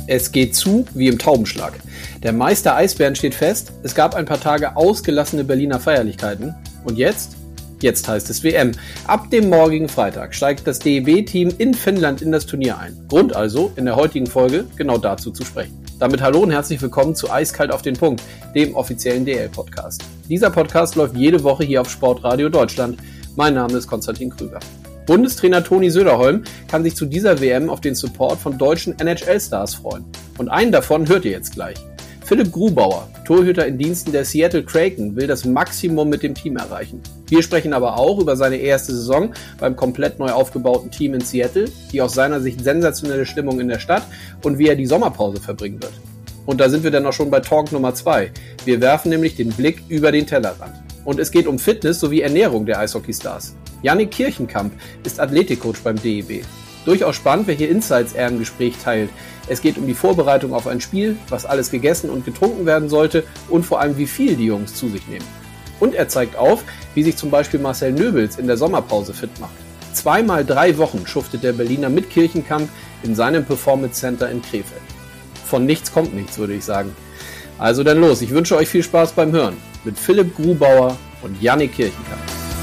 Es geht zu wie im Taubenschlag. Der Meister Eisbären steht fest, es gab ein paar Tage ausgelassene Berliner Feierlichkeiten. Und jetzt? Jetzt heißt es WM. Ab dem morgigen Freitag steigt das DEB-Team in Finnland in das Turnier ein. Grund also, in der heutigen Folge genau dazu zu sprechen. Damit hallo und herzlich willkommen zu Eiskalt auf den Punkt, dem offiziellen DL-Podcast. Dieser Podcast läuft jede Woche hier auf Sportradio Deutschland. Mein Name ist Konstantin Krüger. Bundestrainer Toni Söderholm kann sich zu dieser WM auf den Support von deutschen NHL-Stars freuen. Und einen davon hört ihr jetzt gleich. Philipp Grubauer, Torhüter in Diensten der Seattle Kraken, will das Maximum mit dem Team erreichen. Wir sprechen aber auch über seine erste Saison beim komplett neu aufgebauten Team in Seattle, die aus seiner Sicht sensationelle Stimmung in der Stadt und wie er die Sommerpause verbringen wird. Und da sind wir dann auch schon bei Talk Nummer 2. Wir werfen nämlich den Blick über den Tellerrand. Und es geht um Fitness sowie Ernährung der Eishockey-Stars. Jannik Kirchenkamp ist Athletikcoach beim DEB. Durchaus spannend, welche Insights er im Gespräch teilt. Es geht um die Vorbereitung auf ein Spiel, was alles gegessen und getrunken werden sollte und vor allem, wie viel die Jungs zu sich nehmen. Und er zeigt auf, wie sich zum Beispiel Marcel Nöbels in der Sommerpause fit macht. 2x3 Wochen schuftet der Berliner mit Kirchenkamp in seinem Performance Center in Krefeld. Von nichts kommt nichts, würde ich sagen. Also dann los, ich wünsche euch viel Spaß beim Hören mit Philipp Grubauer und Jannik Kirchenkamp.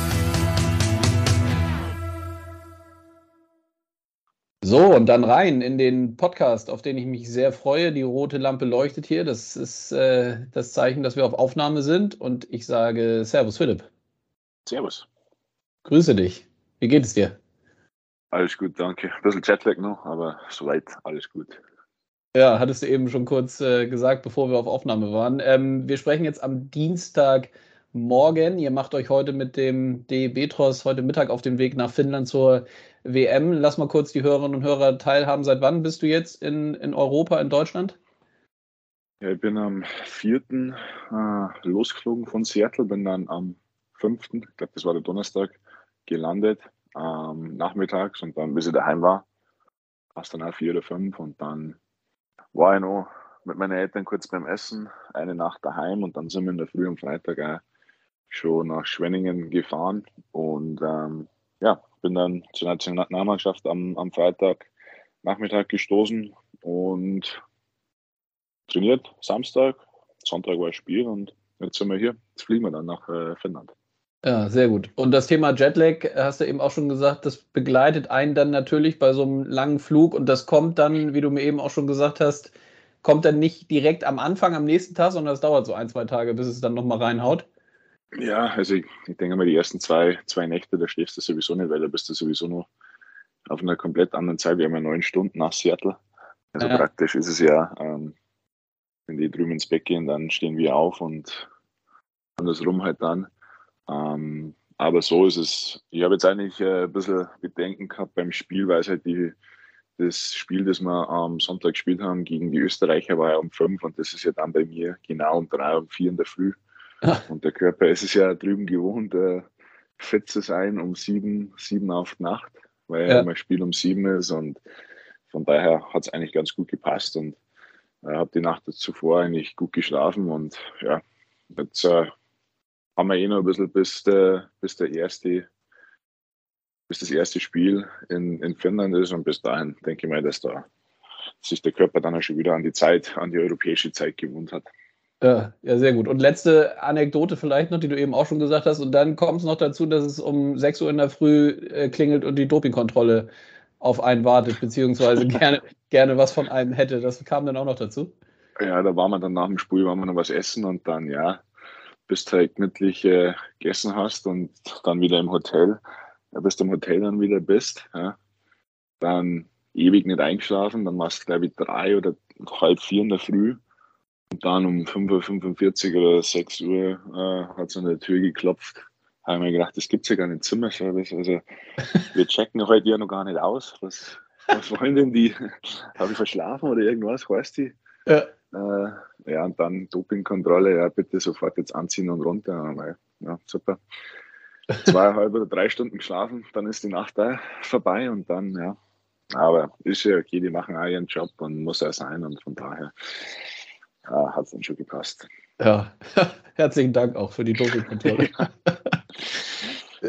So, und dann rein in den Podcast, auf den ich mich sehr freue. Die rote Lampe leuchtet hier. Das ist das Zeichen, dass wir auf Aufnahme sind. Und ich sage Servus, Philipp. Servus. Grüße dich. Wie geht es dir? Alles gut, danke. Ein bisschen Jetlag noch, aber soweit alles gut. Ja, hattest du eben schon kurz gesagt, bevor wir auf Aufnahme waren. Wir sprechen jetzt am Dienstagmorgen. Ihr macht euch heute mit dem DEB-Tross heute Mittag auf den Weg nach Finnland zur WM. Lass mal kurz die Hörerinnen und Hörer teilhaben. Seit wann bist du jetzt in Europa, in Deutschland? Ja, ich bin am 4. Losgeflogen von Seattle, bin dann am 5., ich glaube, das war der Donnerstag, gelandet, nachmittags, und dann, bis ich daheim war, war es dann auch 4 oder 5, und dann war ich noch mit meinen Eltern kurz beim Essen, eine Nacht daheim, und dann sind wir in der Früh am Freitag auch schon nach Schwenningen gefahren und bin dann zur Nationalmannschaft am Freitag Nachmittag gestoßen und trainiert Samstag. Sonntag war ein Spiel und jetzt sind wir hier. Jetzt fliegen wir dann nach Finnland. Ja, sehr gut. Und das Thema Jetlag, hast du eben auch schon gesagt, das begleitet einen dann natürlich bei so einem langen Flug, und das kommt dann, wie du mir eben auch schon gesagt hast, kommt dann nicht direkt am Anfang, am nächsten Tag, sondern es dauert so 1-2 Tage, bis es dann nochmal reinhaut. Ja, also ich denke mal, die ersten zwei Nächte, da schläfst du sowieso nicht, weil da bist du sowieso noch auf einer komplett anderen Zeit. Wir haben ja 9 Stunden nach Seattle. Also praktisch ist es ja, wenn die drüben ins Bett gehen, dann stehen wir auf und andersrum halt dann. Aber so ist es. Ich habe jetzt eigentlich ein bisschen Bedenken gehabt beim Spiel, weil es halt das Spiel, das wir am Sonntag gespielt haben gegen die Österreicher, war ja um 5, und das ist ja dann bei mir genau um 3, um 4 in der Früh. Und der Körper ist es ja drüben gewohnt, fit zu sein um 7 auf die Nacht, weil ja mein Spiel um 7 ist, und von daher hat es eigentlich ganz gut gepasst, und habe die Nacht zuvor eigentlich gut geschlafen, und ja, jetzt haben wir noch ein bisschen bis das erste Spiel in Finnland ist, und bis dahin denke ich mal, dass da sich der Körper dann auch schon wieder an die europäische Zeit gewohnt hat. Ja, sehr gut. Und letzte Anekdote vielleicht noch, die du eben auch schon gesagt hast. Und dann kommt es noch dazu, dass es um 6 Uhr in der Früh klingelt und die Dopingkontrolle auf einen wartet, beziehungsweise gerne was von einem hätte. Das kam dann auch noch dazu? Ja, da waren wir dann nach dem Spiel, waren wir noch was essen, und dann, bis du halt gemütlich gegessen hast und dann wieder im Hotel, bis du im Hotel dann wieder bist, dann ewig nicht eingeschlafen, dann warst du, glaube ich, 3 oder halb 4 in der Früh. Und dann um 5:45 oder 6 Uhr hat es an der Tür geklopft. Habe ich mir gedacht, das gibt es ja gar nicht, Zimmerservice. Also wir checken heute ja noch gar nicht aus. Was wollen denn die? Habe ich verschlafen oder irgendwas, heißt die? Ja. Und dann Dopingkontrolle, ja, bitte sofort jetzt anziehen und runter. Ja, super. 2,5 oder 3 Stunden geschlafen, dann ist die Nacht da vorbei, und dann, ja. Aber ist ja okay, die machen auch ihren Job und muss er sein, und von daher hat es dann schon gepasst. Ja, herzlichen Dank auch für die Dopingkontrolle.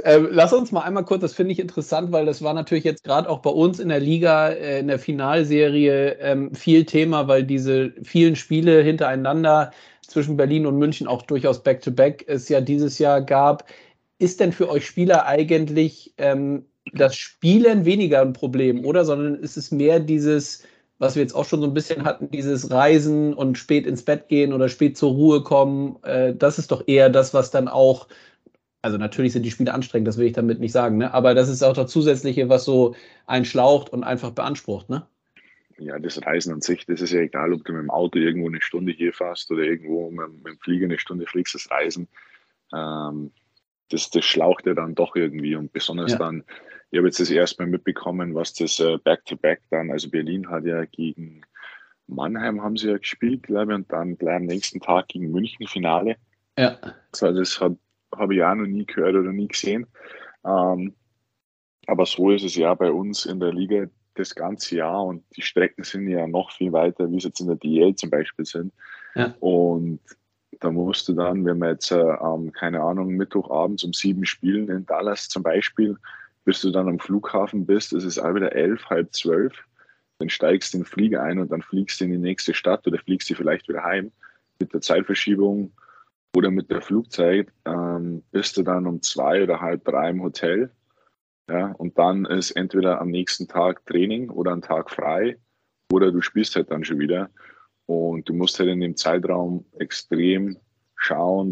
lass uns mal einmal kurz, das finde ich interessant, weil das war natürlich jetzt gerade auch bei uns in der Liga, in der Finalserie viel Thema, weil diese vielen Spiele hintereinander zwischen Berlin und München auch durchaus Back-to-Back es ja dieses Jahr gab. Ist denn für euch Spieler eigentlich das Spielen weniger ein Problem, oder? Sondern ist es mehr dieses, was wir jetzt auch schon so ein bisschen hatten, dieses Reisen und spät ins Bett gehen oder spät zur Ruhe kommen, das ist doch eher das, was dann auch, also natürlich sind die Spiele anstrengend, das will ich damit nicht sagen, ne? Aber das ist auch das Zusätzliche, was so einschlaucht und einfach beansprucht, ne? Ja, das Reisen an sich, das ist ja egal, ob du mit dem Auto irgendwo eine Stunde hier fährst oder irgendwo mit dem Flieger eine Stunde fliegst, das Reisen, ähm, das schlaucht ja dann doch irgendwie. Und besonders Ja, dann, ich habe jetzt das erste Mal mitbekommen, was das Back-to-Back dann, also Berlin hat ja gegen Mannheim haben sie ja gespielt, glaube ich, und dann gleich am nächsten Tag gegen München Finale. ja, So, das habe ich auch noch nie gehört oder nie gesehen. Ähm, aber so ist es ja bei uns in der Liga das ganze Jahr und die Strecken sind ja noch viel weiter, wie es jetzt in der DL zum Beispiel sind. ja, Und da musst du dann, wenn wir jetzt, keine Ahnung, Mittwochabends um 7 spielen in Dallas zum Beispiel, bis du dann am Flughafen bist, es ist auch wieder 11, halb 12, dann steigst du in den Flieger ein und dann fliegst du in die nächste Stadt oder fliegst du vielleicht wieder heim. Mit der Zeitverschiebung oder mit der Flugzeit bist du dann um 2 oder halb 3 im Hotel. Ja, und dann ist entweder am nächsten Tag Training oder ein Tag frei oder du spielst halt dann schon wieder. Und du musst halt in dem Zeitraum extrem schauen,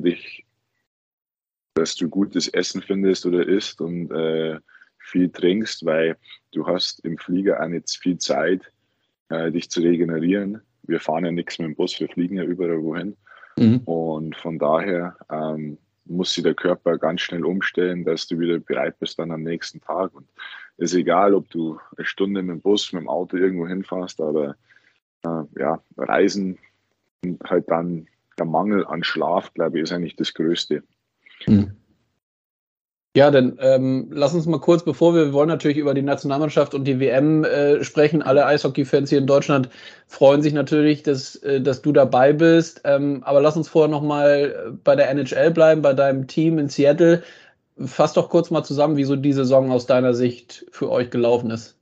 dass du gutes Essen findest oder isst und viel trinkst, weil du hast im Flieger auch nicht viel Zeit, dich zu regenerieren. Wir fahren ja nichts mit dem Bus, wir fliegen ja überall wohin. mhm. Und von daher muss sich der Körper ganz schnell umstellen, dass du wieder bereit bist dann am nächsten Tag. Und es ist egal, ob du eine Stunde mit dem Bus, mit dem Auto irgendwo hinfährst, aber ja, Reisen und halt dann der Mangel an Schlaf, glaube ich, ist eigentlich das Größte. Mhm. Ja, dann lass uns mal kurz, bevor wir wollen natürlich über die Nationalmannschaft und die WM sprechen. Alle Eishockey-Fans hier in Deutschland freuen sich natürlich, dass du dabei bist. Aber lass uns vorher nochmal bei der NHL bleiben, bei deinem Team in Seattle. Fass doch kurz mal zusammen, wie so die Saison aus deiner Sicht für euch gelaufen ist.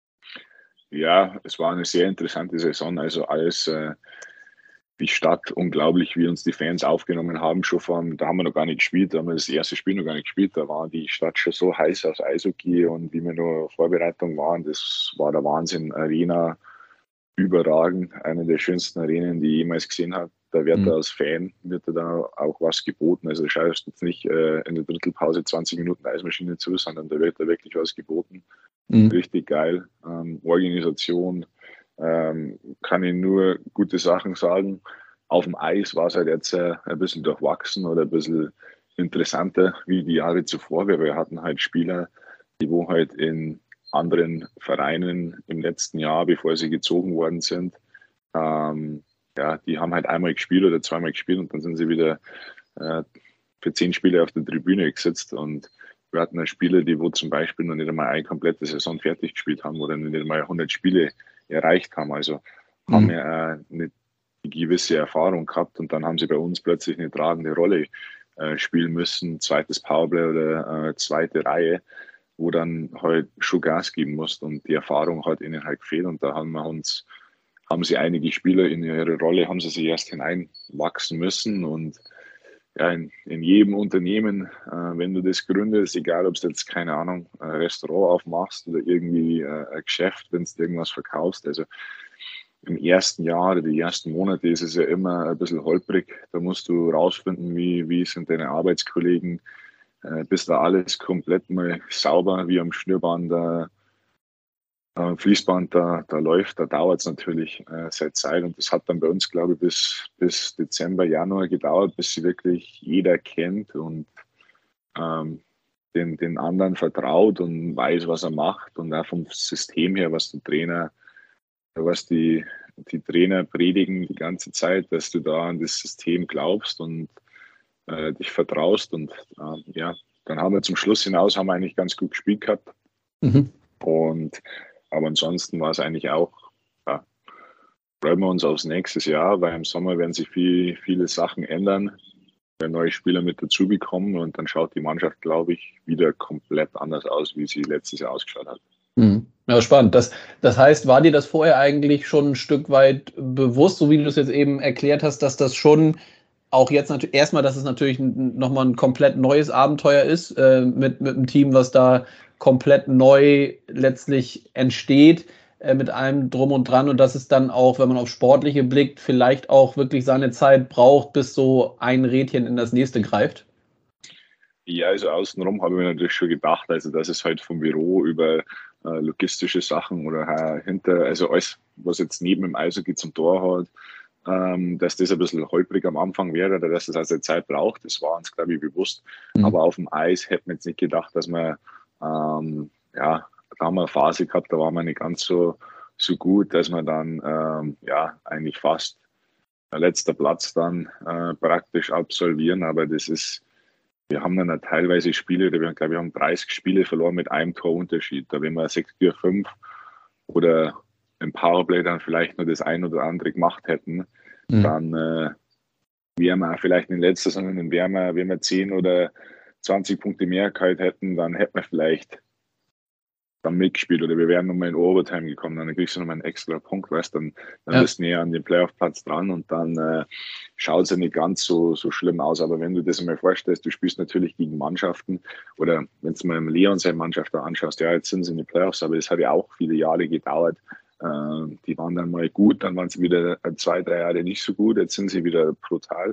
Ja, es war eine sehr interessante Saison. Also alles, die Stadt, unglaublich, wie uns die Fans aufgenommen haben. Da haben wir noch gar nicht gespielt, da haben wir das erste Spiel noch gar nicht gespielt. Da war die Stadt schon so heiß aus Eishockey und wie wir nur Vorbereitung waren, das war der Wahnsinn. Arena überragend, eine der schönsten Arenen, die ich jemals gesehen habe. Da wird Mhm. er als Fan, wird er da auch was geboten. Also schaust jetzt nicht in der Drittelpause 20 Minuten Eismaschine zu, sondern da wird da wirklich was geboten. Mhm. Richtig geil. Organisation, kann ich nur gute Sachen sagen. Auf dem Eis war es halt jetzt ein bisschen durchwachsen oder ein bisschen interessanter wie die Jahre zuvor. Wir hatten halt Spieler, die wo halt in anderen Vereinen im letzten Jahr, bevor sie gezogen worden sind, ja, die haben halt einmal gespielt oder zweimal gespielt und dann sind sie wieder äh, für 10 Spiele auf der Tribüne gesetzt. Und wir hatten ja Spieler, die wo zum Beispiel noch nicht einmal eine komplette Saison fertig gespielt haben oder nicht einmal 100 Spiele erreicht haben. Also haben Mhm. ja eine gewisse Erfahrung gehabt und dann haben sie bei uns plötzlich eine tragende Rolle spielen müssen, zweites Powerplay oder zweite Reihe, wo dann halt schon Gas geben musst und die Erfahrung hat ihnen halt gefehlt und da haben sie einige Spieler in ihre Rolle, haben sie sich erst hineinwachsen müssen und ja, in jedem Unternehmen, wenn du das gründest, egal ob du jetzt, keine Ahnung, ein Restaurant aufmachst oder irgendwie ein Geschäft, wenn du irgendwas verkaufst, also im ersten Jahr oder die ersten Monate ist es ja immer ein bisschen holprig. Da musst du rausfinden, wie sind deine Arbeitskollegen, bis da alles komplett mal sauber wie am Schnürband Fließband da läuft, da dauert es natürlich seit Zeit und das hat dann bei uns, glaube ich, bis Dezember, Januar gedauert, bis sie wirklich jeder kennt und ähm, den anderen vertraut und weiß, was er macht und auch vom System her, was die Trainer predigen die ganze Zeit, dass du da an das System glaubst und dich vertraust und ja, dann haben wir zum Schluss hinaus haben wir eigentlich ganz gut gespielt gehabt Mhm. und aber ansonsten war es eigentlich auch, ja, freuen wir uns aufs nächste Jahr, weil im Sommer werden sich viele Sachen ändern. neue Spieler mit dazu bekommen und dann schaut die Mannschaft, glaube ich, wieder komplett anders aus, wie sie letztes Jahr ausgeschaut hat. Ja, spannend. Das heißt, war dir das vorher eigentlich schon ein Stück weit bewusst, so wie du es jetzt eben erklärt hast, dass das schon auch jetzt natürlich erstmal, dass es natürlich nochmal ein komplett neues Abenteuer ist, mit einem Team, was da komplett neu letztlich entsteht, mit allem drum und dran und dass es dann auch, wenn man auf Sportliche blickt, vielleicht auch wirklich seine Zeit braucht, bis so ein Rädchen in das nächste greift? Ja, also außenrum habe ich mir natürlich schon gedacht, also dass es halt vom Büro über logistische Sachen oder hinter, also alles, was jetzt neben dem Eishockey zum Tor hat, dass das ein bisschen holprig am Anfang wäre oder dass das also Zeit braucht. Das war uns, glaube ich, bewusst. Mhm. Aber auf dem Eis hätten wir jetzt nicht gedacht, dass wir, ja, da haben wir eine Phase gehabt, da waren wir nicht ganz so gut, dass wir dann, ja, eigentlich fast letzter Platz dann praktisch absolvieren. Aber das ist, wir haben dann teilweise Spiele, wir glaube ich haben 30 Spiele verloren mit einem Torunterschied. Da wenn wir 6-4-5 oder im Powerplay dann vielleicht nur das ein oder andere gemacht hätten, Mhm. dann wären wir vielleicht in letzter Saison, dann wenn wir 10 oder 20 Punkte mehr gehabt hätten, dann hätten wir vielleicht dann mitgespielt oder wir wären nochmal in Overtime gekommen, dann kriegst du nochmal einen extra Punkt, weißt dann Ja. bist du näher an den Playoff-Platz dran und dann schaut es ja nicht ganz so schlimm aus. Aber wenn du das mal vorstellst, du spielst natürlich gegen Mannschaften oder wenn du mal Leon seine Mannschaft da anschaust, ja, jetzt sind sie in den Playoffs, aber es hat ja auch viele Jahre gedauert. Die waren dann mal gut, dann waren sie wieder 2-3 Jahre nicht so gut, jetzt sind sie wieder brutal,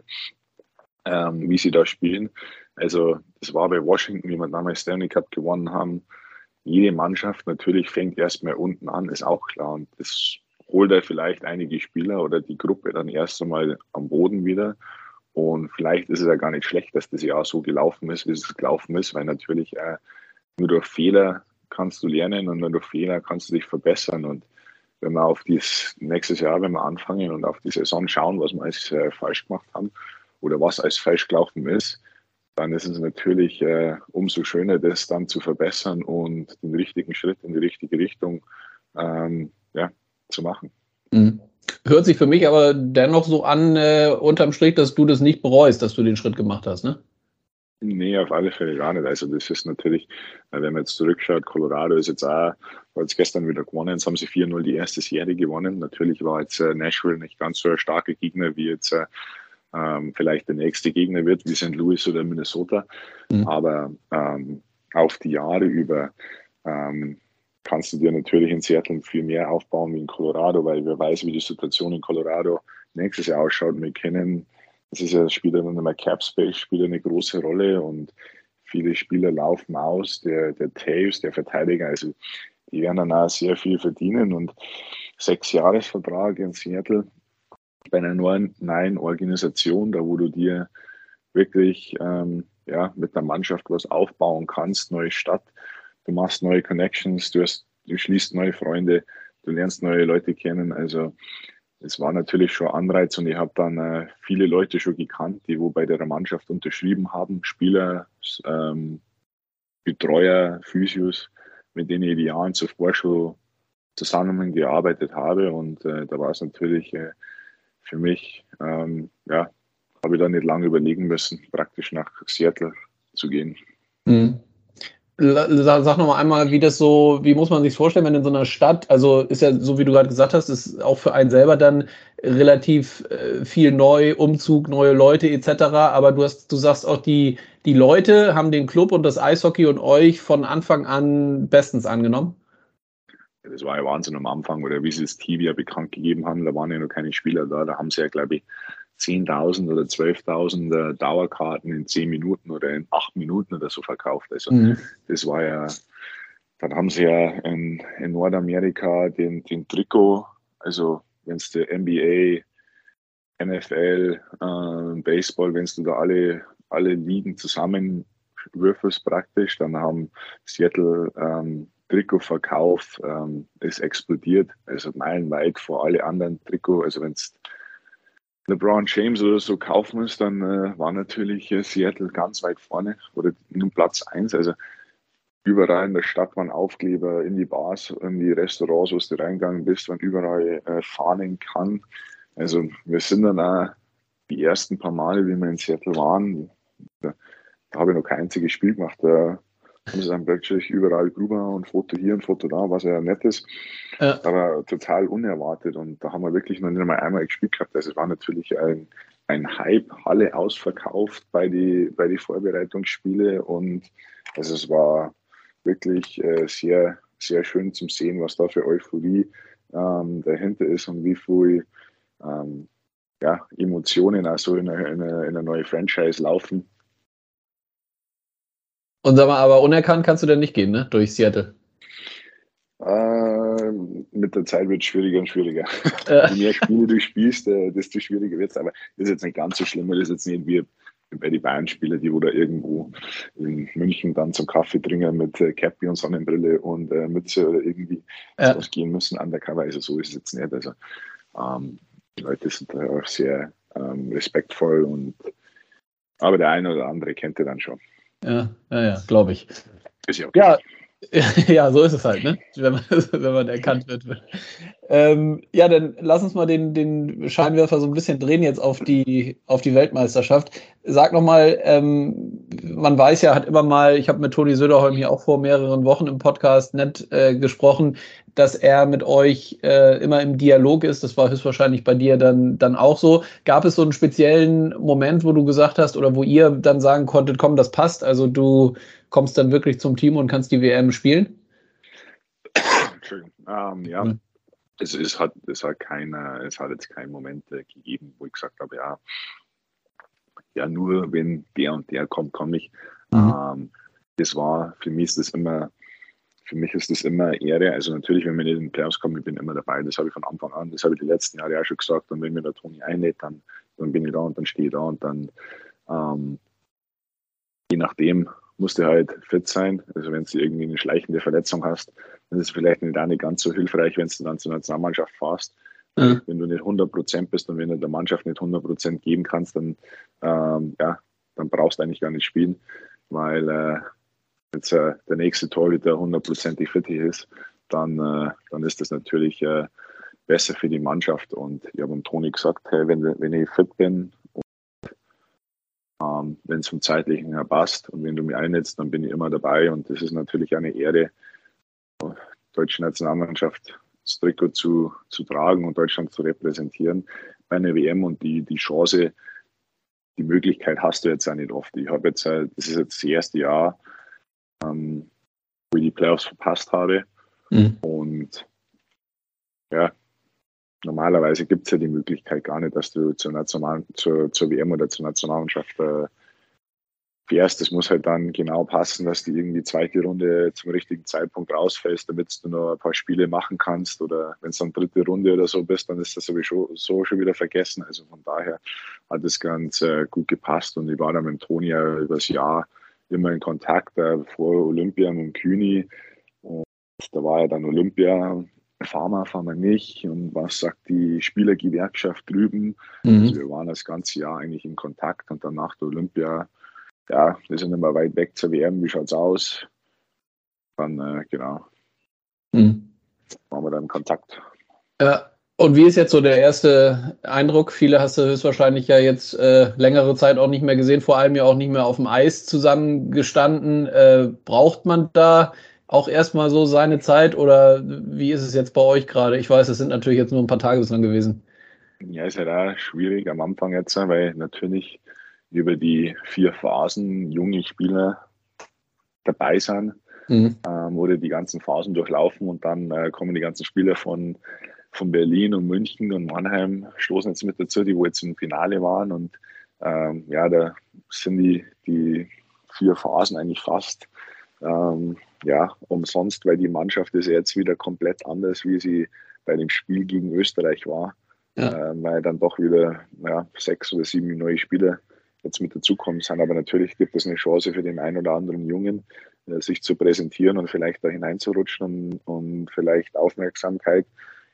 wie sie da spielen. Also das war bei Washington, wie wir damals Stanley Cup gewonnen haben, jede Mannschaft natürlich fängt erstmal unten an, ist auch klar. Und das holt er vielleicht einige Spieler oder die Gruppe dann erst einmal am Boden wieder. Und vielleicht ist es ja gar nicht schlecht, dass das Jahr so gelaufen ist, wie es gelaufen ist, weil natürlich nur durch Fehler kannst du lernen und nur durch Fehler kannst du dich verbessern. Und wenn wir auf das nächstes Jahr, wenn wir anfangen und auf die Saison schauen, was wir alles falsch gemacht haben oder was alles falsch gelaufen ist, dann ist es natürlich umso schöner, das dann zu verbessern und den richtigen Schritt in die richtige Richtung ja, zu machen. Mhm. Hört sich für mich aber dennoch so an, unterm Strich, dass du das nicht bereust, dass du den Schritt gemacht hast, ne? Nee, auf alle Fälle gar nicht. Also das ist natürlich, wenn man jetzt zurückschaut, Colorado ist jetzt auch, war jetzt gestern wieder gewonnen, jetzt haben sie 4-0 die erste Serie gewonnen. Natürlich war jetzt Nashville nicht ganz so ein starker Gegner, wie jetzt vielleicht der nächste Gegner wird, wie St. Louis oder Minnesota. Mhm. Aber auf die Jahre über kannst du dir natürlich in Seattle viel mehr aufbauen wie in Colorado, weil wer weiß, wie die Situation in Colorado nächstes Jahr ausschaut. Wir kennen, das ist ja, spielt dann immer Cap Space, spielt eine große Rolle und viele Spieler laufen aus. Der Taves, der Verteidiger, also die werden dann auch sehr viel verdienen und 6-Jahres-Vertrag in Seattle bei einer neuen Organisation, da wo du dir wirklich ja, mit der Mannschaft was aufbauen kannst, neue Stadt, du machst neue Connections, du schließt neue Freunde, du lernst neue Leute kennen. Also es war natürlich schon Anreiz und ich habe dann viele Leute schon gekannt, die wo bei der Mannschaft unterschrieben haben, Spieler, Betreuer, Physios, mit denen ich die Jahre zuvor schon zusammengearbeitet habe und da war es natürlich für mich, ja, habe ich da nicht lange überlegen müssen, praktisch nach Seattle zu gehen. Mhm. Sag noch mal einmal, wie das so, wie muss man sich vorstellen, wenn in so einer Stadt, also ist ja so, wie du gerade gesagt hast, ist auch für einen selber dann relativ viel neu, Umzug, neue Leute etc. Aber du sagst auch, die Leute haben den Club und das Eishockey und euch von Anfang an bestens angenommen. Das war ja Wahnsinn am Anfang, oder wie sie das TV ja bekannt gegeben haben, da waren ja noch keine Spieler da, da haben sie ja, glaube ich, 10.000 oder 12.000 Dauerkarten in 10 Minuten oder in 8 Minuten oder so verkauft. Also Mhm. das war ja, dann haben sie ja in Nordamerika den Trikot, also wenn es der NBA, NFL, Baseball, wenn du da alle Ligen zusammenwürfelst praktisch, dann haben Seattle Trikotverkauf ist explodiert, also meilenweit vor alle anderen Trikot. Also wenn es LeBron James oder so kaufen muss, dann war natürlich Seattle ganz weit vorne oder nur Platz 1. Also überall in der Stadt waren Aufkleber, in die Bars, in die Restaurants, wo du reingegangen bist, waren überall Fahnen kann. Also wir sind dann auch die ersten paar Male, wie wir in Seattle waren, da habe ich noch kein einziges Spiel gemacht. Da haben sie dann plötzlich überall drüber und Foto hier und Foto da, was ja nett ist, aber total unerwartet. Und da haben wir wirklich noch nicht einmal gespielt gehabt. Also es war natürlich ein Hype, Halle ausverkauft bei die Vorbereitungsspiele. Und also es war wirklich sehr, sehr schön zum Sehen, was da für Euphorie dahinter ist und wie viel Emotionen also in eine neue Franchise laufen. Und sag mal, aber unerkannt kannst du denn nicht gehen, ne? Durch Seattle. Mit der Zeit wird es schwieriger und schwieriger. Je mehr Spiele du spielst, desto schwieriger wird es. Aber das ist jetzt nicht ganz so schlimm, weil das ist jetzt nicht wie bei den Bayern-Spieler, die wo da irgendwo in München dann zum Kaffee trinken mit Cappy und Sonnenbrille und Mütze oder irgendwie sowas gehen müssen. Undercover, also so ist es jetzt nicht. Also die Leute sind da auch sehr respektvoll aber der eine oder andere kennt ihr dann schon. Ja, glaube ich. Ist ja okay. Ja, so ist es halt, ne? Wenn man erkannt wird. Ja, dann lass uns mal den Scheinwerfer so ein bisschen drehen jetzt auf die Weltmeisterschaft. Sag nochmal, man weiß ja, hat immer mal, ich habe mit Toni Söderholm hier auch vor mehreren Wochen im Podcast nett gesprochen, dass er mit euch immer im Dialog ist. Das war höchstwahrscheinlich bei dir dann auch so. Gab es so einen speziellen Moment, wo du gesagt hast oder wo ihr dann sagen konntet, komm, das passt, also du kommst dann wirklich zum Team und kannst die WM spielen? Entschuldigung. Ja, es hat jetzt keinen Moment gegeben, wo ich gesagt habe, ja, nur wenn der und der kommt, komme ich. Das war, für mich ist das immer Ehre. Also natürlich, wenn wir nicht in den Playoffs kommen, ich bin immer dabei. Das habe ich von Anfang an, das habe ich die letzten Jahre auch schon gesagt. Und wenn mir der Toni einlädt, dann bin ich da und dann stehe ich da und dann je nachdem musst du halt fit sein. Also wenn du irgendwie eine schleichende Verletzung hast, dann ist es vielleicht nicht ganz so hilfreich, wenn du dann zur Nationalmannschaft fährst. Wenn du nicht 100% bist und wenn du der Mannschaft nicht 100% geben kannst, dann brauchst du eigentlich gar nicht spielen, weil jetzt der nächste Torhüter 100%ig fit ist, dann ist das natürlich besser für die Mannschaft. Und ich habe dem Toni gesagt, hey, wenn ich fit bin, wenn es vom Zeitlichen her passt und wenn du mich einlädst, dann bin ich immer dabei. Und das ist natürlich eine Ehre, die deutsche Nationalmannschaft das Trikot zu tragen und Deutschland zu repräsentieren bei einer WM. Und die Chance, die Möglichkeit hast du jetzt auch nicht oft. Ich habe jetzt, das ist jetzt das erste Jahr, wo ich die Playoffs verpasst habe. Und ja, normalerweise gibt es ja die Möglichkeit gar nicht, dass du zur WM oder zur Nationalmannschaft fährst. Das muss halt dann genau passen, dass du irgendwie zweite Runde zum richtigen Zeitpunkt rausfällst, damit du noch ein paar Spiele machen kannst. Oder wenn es dann dritte Runde oder so bist, dann ist das sowieso so schon wieder vergessen. Also von daher hat es ganz gut gepasst. Und ich war dann mit dem Toni über das Jahr immer in Kontakt, vor Olympia mit dem Kühni. Und da war ja dann Olympia. Fahren wir nicht und was sagt die Spielergewerkschaft drüben. Also wir waren das ganze Jahr eigentlich in Kontakt und dann nach der Olympia, ja, wir sind immer weit weg zur WM, wie schaut's aus? Dann, waren wir dann in Kontakt. Und wie ist jetzt so der erste Eindruck? Viele hast du höchstwahrscheinlich ja jetzt längere Zeit auch nicht mehr gesehen, vor allem ja auch nicht mehr auf dem Eis zusammengestanden. Braucht man da auch erstmal so seine Zeit oder wie ist es jetzt bei euch gerade? Ich weiß, es sind natürlich jetzt nur ein paar Tage bislang gewesen. Ja, ist halt auch schwierig am Anfang jetzt, weil natürlich über die 4 Phasen junge Spieler dabei sind, wurde die ganzen Phasen durchlaufen und dann kommen die ganzen Spieler von Berlin und München und Mannheim stoßen jetzt mit dazu, die wo jetzt im Finale waren und da sind die 4 Phasen eigentlich fast umsonst, weil die Mannschaft ist jetzt wieder komplett anders, wie sie bei dem Spiel gegen Österreich war, weil dann doch wieder 6 oder 7 neue Spieler jetzt mit dazukommen sind. Aber natürlich gibt es eine Chance für den einen oder anderen Jungen, sich zu präsentieren und vielleicht da hineinzurutschen und vielleicht Aufmerksamkeit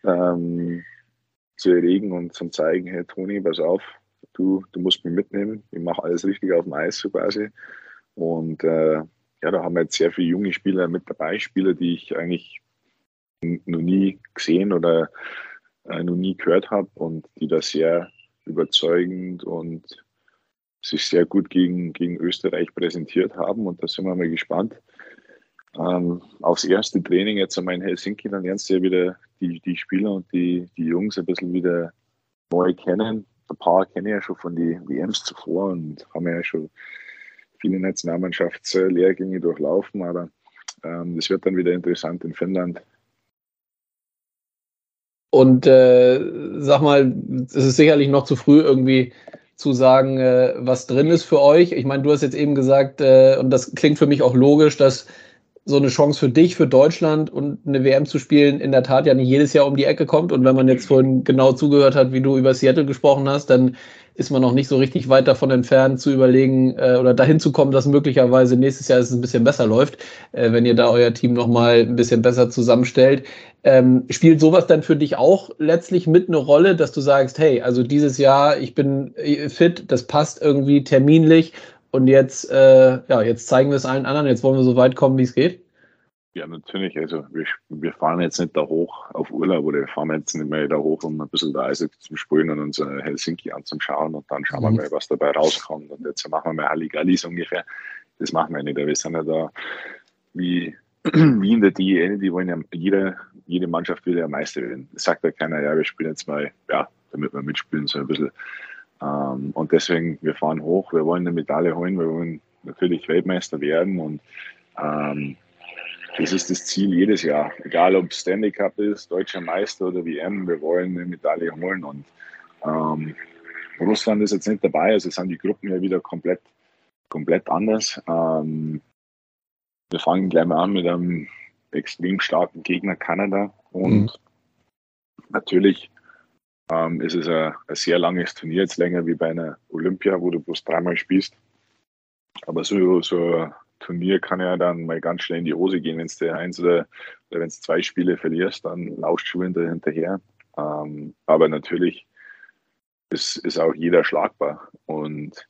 zu erregen und zu zeigen, hey Toni, pass auf, du musst mich mitnehmen, ich mache alles richtig auf dem Eis so quasi. Und da haben wir jetzt sehr viele junge Spieler mit dabei, Spieler, die ich eigentlich noch nie gesehen oder noch nie gehört habe und die da sehr überzeugend und sich sehr gut gegen Österreich präsentiert haben. Und da sind wir mal gespannt. Aufs erste Training jetzt einmal in Helsinki, dann lernst du ja wieder die Spieler und die Jungs ein bisschen wieder neu kennen. Ein paar kenne ich ja schon von den WMs zuvor und haben ja schon viele Nationalmannschaftslehrgänge durchlaufen, aber das wird dann wieder interessant in Finnland. Und sag mal, es ist sicherlich noch zu früh irgendwie zu sagen, was drin ist für euch. Ich meine, du hast jetzt eben gesagt, und das klingt für mich auch logisch, dass so eine Chance für dich, für Deutschland und eine WM zu spielen, in der Tat ja nicht jedes Jahr um die Ecke kommt. Und wenn man jetzt vorhin genau zugehört hat, wie du über Seattle gesprochen hast, dann ist man noch nicht so richtig weit davon entfernt zu überlegen oder dahin zu kommen, dass möglicherweise nächstes Jahr es ein bisschen besser läuft, wenn ihr da euer Team nochmal ein bisschen besser zusammenstellt. Spielt sowas dann für dich auch letztlich mit eine Rolle, dass du sagst, hey, also dieses Jahr, ich bin fit, das passt irgendwie terminlich und jetzt, jetzt zeigen wir es allen anderen, jetzt wollen wir so weit kommen, wie es geht? Ja, natürlich. Also wir fahren jetzt nicht da hoch auf Urlaub oder wir fahren jetzt nicht mehr da hoch, um ein bisschen da Eishockey zu spielen und uns Helsinki anzuschauen und dann schauen wir mal, was dabei rauskommt. Und jetzt machen wir mal Halligalli so ungefähr. Das machen wir nicht. Wir sind ja da wie in der DEL, die wollen ja jede Mannschaft will ja Meister werden. Das sagt ja keiner, ja, wir spielen jetzt mal, ja, damit wir mitspielen, so ein bisschen. Und deswegen, wir fahren hoch, wir wollen eine Medaille holen, wir wollen natürlich Weltmeister werden und das ist das Ziel jedes Jahr. Egal ob Stanley Cup ist, Deutscher Meister oder WM, wir wollen eine Medaille holen. Und Russland ist jetzt nicht dabei, also sind die Gruppen ja wieder komplett anders. Wir fangen gleich mal an mit einem extrem starken Gegner Kanada. Und natürlich ist es ein sehr langes Turnier, jetzt länger wie bei einer Olympia, wo du bloß 3-mal spielst. Aber so ein Turnier kann ja dann mal ganz schnell in die Hose gehen, wenn du eins oder wenn du 2 Spiele verlierst, dann lauscht du hinterher. Aber natürlich ist auch jeder schlagbar. Und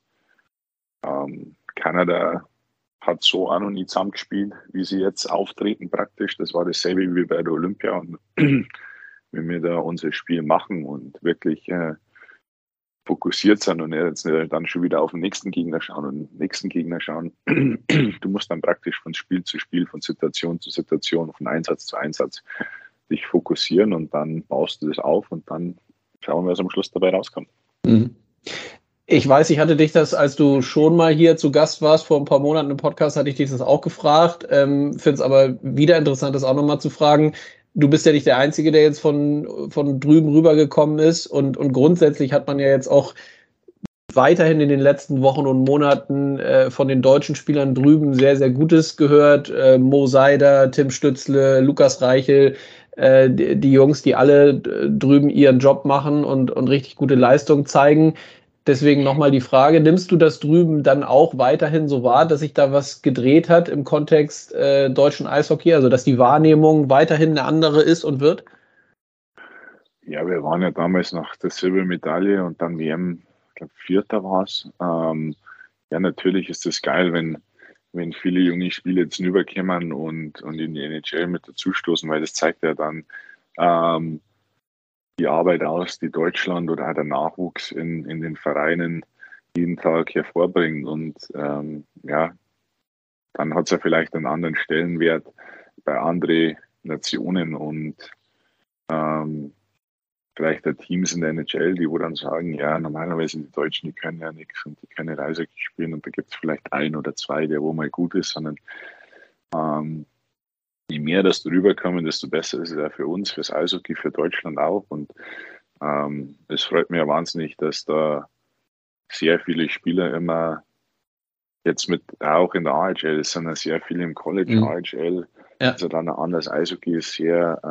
Kanada hat so auch noch nie zusammengespielt, wie sie jetzt auftreten praktisch. Das war dasselbe wie bei der Olympia. Und wenn wir da unser Spiel machen und wirklich fokussiert sind und jetzt dann schon wieder auf den nächsten Gegner schauen und den nächsten Gegner schauen. Du musst dann praktisch von Spiel zu Spiel, von Situation zu Situation, von Einsatz zu Einsatz dich fokussieren und dann baust du das auf und dann schauen wir, was am Schluss dabei rauskommt. Ich weiß, ich hatte dich das, als du schon mal hier zu Gast warst, vor ein paar Monaten im Podcast, hatte ich dich das auch gefragt. Finde es aber wieder interessant, das auch nochmal zu fragen. Du bist ja nicht der Einzige, der jetzt von drüben rübergekommen ist und grundsätzlich hat man ja jetzt auch weiterhin in den letzten Wochen und Monaten von den deutschen Spielern drüben sehr, sehr Gutes gehört. Mo Seider, Tim Stützle, Lukas Reichel, die Jungs, die alle drüben ihren Job machen und richtig gute Leistung zeigen. Deswegen nochmal die Frage, nimmst du das drüben dann auch weiterhin so wahr, dass sich da was gedreht hat im Kontext deutschen Eishockey, also dass die Wahrnehmung weiterhin eine andere ist und wird? Ja, wir waren ja damals nach der Silbermedaille und dann WM, ich glaube Vierter war es. Ja, natürlich ist das geil, wenn viele junge Spieler jetzt rüberkommen und in die NHL mit dazustoßen, weil das zeigt ja dann die Arbeit aus, die Deutschland oder auch der Nachwuchs in den Vereinen jeden Tag hervorbringt. Und ja, dann hat es ja vielleicht einen anderen Stellenwert bei anderen Nationen und vielleicht der Teams in der NHL, die wo dann sagen, ja, normalerweise die Deutschen, die können ja nichts und die können Eishockey spielen und da gibt es vielleicht 1 oder 2, der wo mal gut ist, sondern je mehr das drüber kommen, desto besser ist es ja für uns, fürs Eishockey, für Deutschland auch. Und es freut mich ja wahnsinnig, dass da sehr viele Spieler immer jetzt mit, auch in der AHL, es sind ja sehr viele im College AHL, Ja. also dann ein anderes Eishockey ist sehr,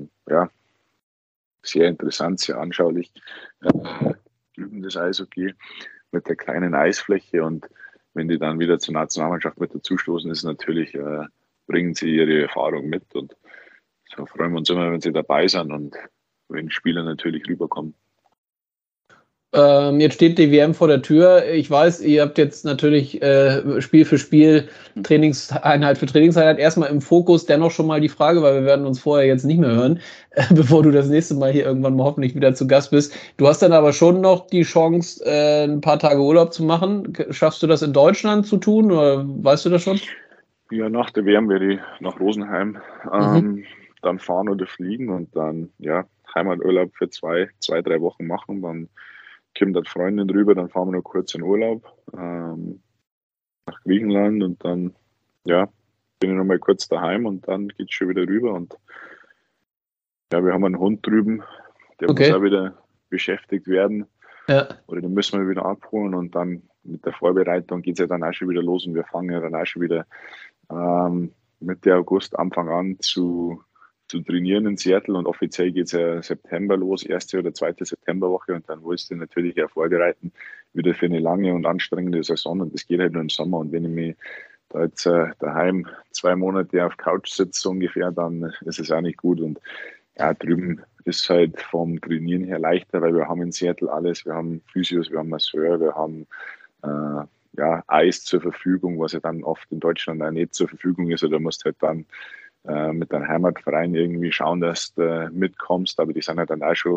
sehr interessant, sehr anschaulich. Drüben das Eishockey mit der kleinen Eisfläche und wenn die dann wieder zur Nationalmannschaft mit dazustoßen, ist natürlich, bringen sie ihre Erfahrung mit und so freuen wir uns immer, wenn sie dabei sind und wenn Spieler natürlich rüberkommen. Jetzt steht die WM vor der Tür. Ich weiß, ihr habt jetzt natürlich Spiel für Spiel, Trainingseinheit für Trainingseinheit erstmal im Fokus. Dennoch schon mal die Frage, weil wir werden uns vorher jetzt nicht mehr hören, bevor du das nächste Mal hier irgendwann mal hoffentlich wieder zu Gast bist. Du hast dann aber schon noch die Chance, ein paar Tage Urlaub zu machen. Schaffst du das in Deutschland zu tun oder weißt du das schon? Ja, nach der WM werde ich nach Rosenheim dann fahren oder fliegen und dann Heimaturlaub für zwei, 3 Wochen machen. Dann kommt dann Freundin rüber, dann fahren wir noch kurz in Urlaub nach Griechenland und dann bin ich noch mal kurz daheim und dann geht es schon wieder rüber. Und ja, wir haben einen Hund drüben, der muss auch wieder beschäftigt werden. Ja. Oder den müssen wir wieder abholen und dann mit der Vorbereitung geht es ja dann auch schon wieder los und wir fangen ja dann auch schon wieder Mitte August Anfang an zu trainieren in Seattle und offiziell geht es ja September los, erste oder zweite Septemberwoche und dann willst du natürlich ja vorbereiten wieder für eine lange und anstrengende Saison und das geht halt nur im Sommer und wenn ich mich da jetzt daheim 2 Monate auf Couch sitze ungefähr, dann ist es auch nicht gut und ja, drüben ist halt vom Trainieren her leichter, weil wir haben in Seattle alles, wir haben Physios, wir haben Masseur, wir haben Eis zur Verfügung, was ja dann oft in Deutschland auch nicht zur Verfügung ist oder musst halt dann mit deinem Heimatverein irgendwie schauen, dass du mitkommst, aber die sind halt dann auch schon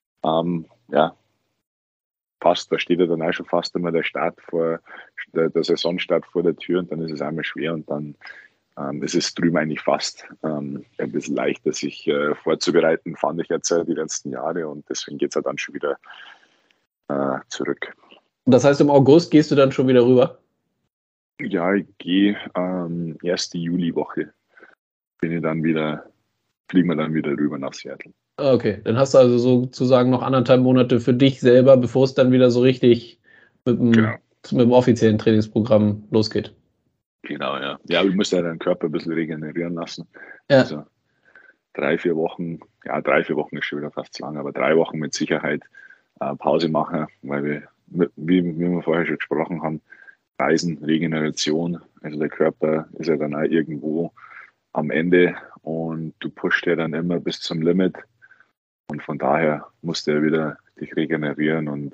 fast, da steht ja dann auch schon fast immer der Saisonstart vor der Tür und dann ist es einmal schwer und dann ist es drüben eigentlich fast ein bisschen leichter, sich vorzubereiten, fand ich jetzt die letzten Jahre und deswegen geht es halt dann schon wieder zurück. Das heißt, im August gehst du dann schon wieder rüber? Ja, ich gehe erste Juliwoche. Fliegen wir dann wieder rüber nach Seattle. Okay, dann hast du also sozusagen noch 1,5 Monate für dich selber, bevor es dann wieder so richtig mit dem offiziellen Trainingsprogramm losgeht. Genau, ja. Ja, du musst ja deinen Körper ein bisschen regenerieren lassen. Ja. Also 3-4 Wochen, 3-4 Wochen ist schon wieder fast zu lang, aber 3 Wochen mit Sicherheit Pause machen, weil wir, wie wir vorher schon gesprochen haben, Reisen, Regeneration, also der Körper ist ja dann auch irgendwo am Ende und du pushst ja dann immer bis zum Limit und von daher musst du ja wieder dich regenerieren und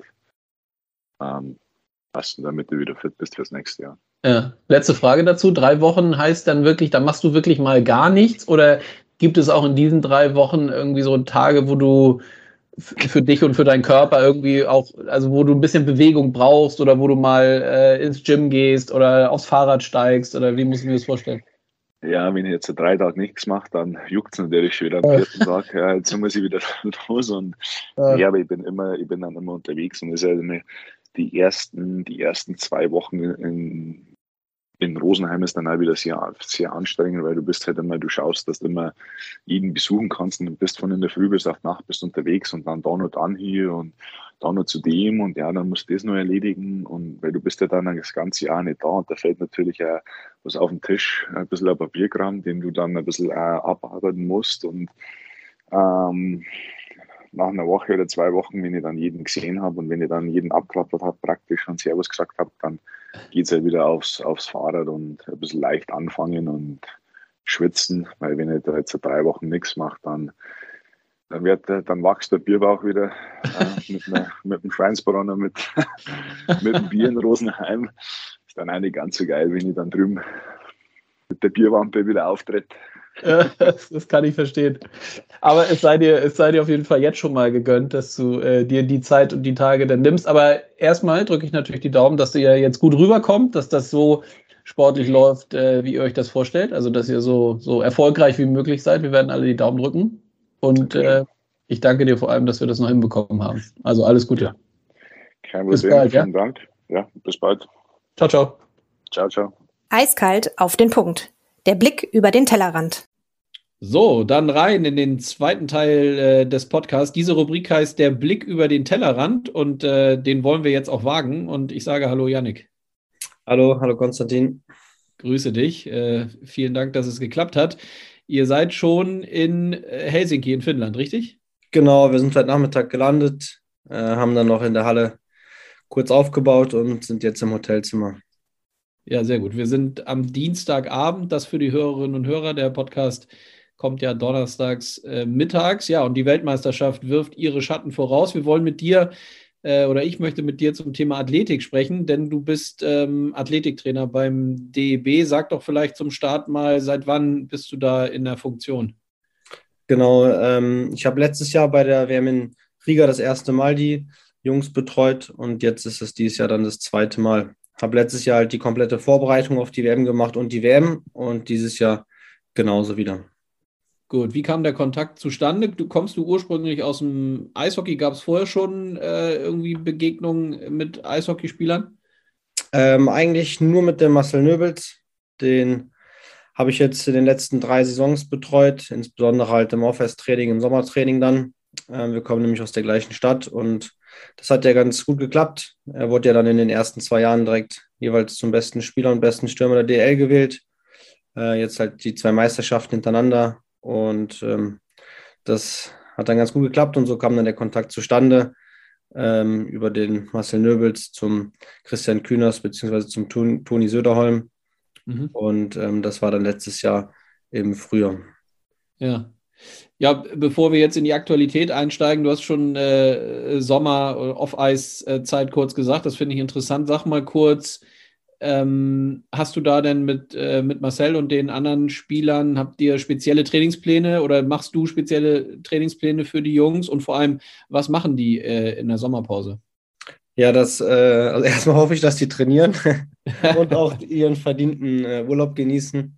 passen, damit du wieder fit bist fürs nächste Jahr. Ja. Letzte Frage dazu. 3 Wochen heißt dann wirklich, dann machst du wirklich mal gar nichts oder gibt es auch in diesen 3 Wochen irgendwie so Tage, wo du für dich und für deinen Körper irgendwie auch, also wo du ein bisschen Bewegung brauchst oder wo du mal ins Gym gehst oder aufs Fahrrad steigst oder wie muss ich mir das vorstellen? Ja, wenn ich jetzt 3 Tage nichts mache, dann juckt es natürlich schon wieder am 4. Tag. Ja, jetzt muss ich wieder los und aber ich bin dann immer unterwegs und das ist ja die ersten 2 Wochen in Rosenheim ist dann auch wieder sehr, sehr anstrengend, weil du bist halt immer, du schaust, dass du immer jeden besuchen kannst und du bist von in der Früh bis auf Nacht bist unterwegs und dann da noch dann hier und da noch zu dem und ja, dann musst du das noch erledigen und weil du bist ja dann das ganze Jahr nicht da und da fällt natürlich auch was auf den Tisch, ein bisschen ein Papierkram, den du dann ein bisschen abarbeiten musst und nach einer Woche oder 2 Wochen, wenn ich dann jeden gesehen habe und wenn ich dann jeden abklappert habe praktisch und Servus gesagt habe, dann geht es halt wieder aufs Fahrrad und ein bisschen leicht anfangen und schwitzen, weil wenn ich da jetzt 3 Wochen nichts mache, dann wächst der Bierbauch wieder mit dem Schweinsbronner, mit dem Bier in Rosenheim. Ist dann auch nicht ganz so geil, wenn ich dann drüben mit der Bierwampe wieder auftritt. Das kann ich verstehen. Aber es sei dir auf jeden Fall jetzt schon mal gegönnt, dass du dir die Zeit und die Tage dann nimmst. Aber erstmal drücke ich natürlich die Daumen, dass ihr jetzt gut rüberkommt, dass das so sportlich läuft, wie ihr euch das vorstellt. Also, dass ihr so erfolgreich wie möglich seid. Wir werden alle die Daumen drücken. Und ich danke dir vor allem, dass wir das noch hinbekommen haben. Also, alles Gute. Ja. Kein Problem. Bis bald, vielen Dank. Ja, bis bald. Ciao, ciao. Ciao, ciao. Eiskalt auf den Punkt. Der Blick über den Tellerrand. So, dann rein in den zweiten Teil des Podcasts. Diese Rubrik heißt der Blick über den Tellerrand und den wollen wir jetzt auch wagen. Und ich sage hallo Yannick. Hallo Konstantin. Grüße dich. Vielen Dank, dass es geklappt hat. Ihr seid schon in Helsinki in Finnland, richtig? Genau, wir sind heute Nachmittag gelandet, haben dann noch in der Halle kurz aufgebaut und sind jetzt im Hotelzimmer. Ja, sehr gut. Wir sind am Dienstagabend, das für die Hörerinnen und Hörer. Der Podcast kommt ja donnerstags mittags. Ja, und die Weltmeisterschaft wirft ihre Schatten voraus. Wir wollen mit dir oder ich möchte mit dir zum Thema Athletik sprechen, denn du bist Athletiktrainer beim DEB. Sag doch vielleicht zum Start mal, seit wann bist du da in der Funktion? Genau, ich habe letztes Jahr bei der WM in Riga das erste Mal die Jungs betreut und jetzt ist es dieses Jahr dann das zweite Mal. Habe letztes Jahr halt die komplette Vorbereitung auf die WM gemacht und die WM und dieses Jahr genauso wieder. Gut, wie kam der Kontakt zustande? Kommst du ursprünglich aus dem Eishockey? Gab es vorher schon irgendwie Begegnungen mit Eishockeyspielern? Eigentlich nur mit dem Marcel Nöbels. Den habe ich jetzt in den letzten 3 Saisons betreut, insbesondere halt im Off-Ice-Training, im Sommertraining dann. Wir kommen nämlich aus der gleichen Stadt und das hat ja ganz gut geklappt. Er wurde ja dann in den ersten 2 Jahren direkt jeweils zum besten Spieler und besten Stürmer der DL gewählt. Jetzt halt die 2 Meisterschaften hintereinander und das hat dann ganz gut geklappt und so kam dann der Kontakt zustande über den Marcel Nöbels zum Christian Kühners beziehungsweise zum Toni Söderholm. Mhm. Und das war dann letztes Jahr im Frühjahr. Ja. Ja, bevor wir jetzt in die Aktualität einsteigen, du hast schon Sommer, Off-Eis-Zeit kurz gesagt, das finde ich interessant. Sag mal kurz, hast du da denn mit Marcel und den anderen Spielern, habt ihr spezielle Trainingspläne oder machst du spezielle Trainingspläne für die Jungs? Und vor allem, was machen die in der Sommerpause? Ja, also erstmal hoffe ich, dass die trainieren und auch ihren verdienten Urlaub genießen.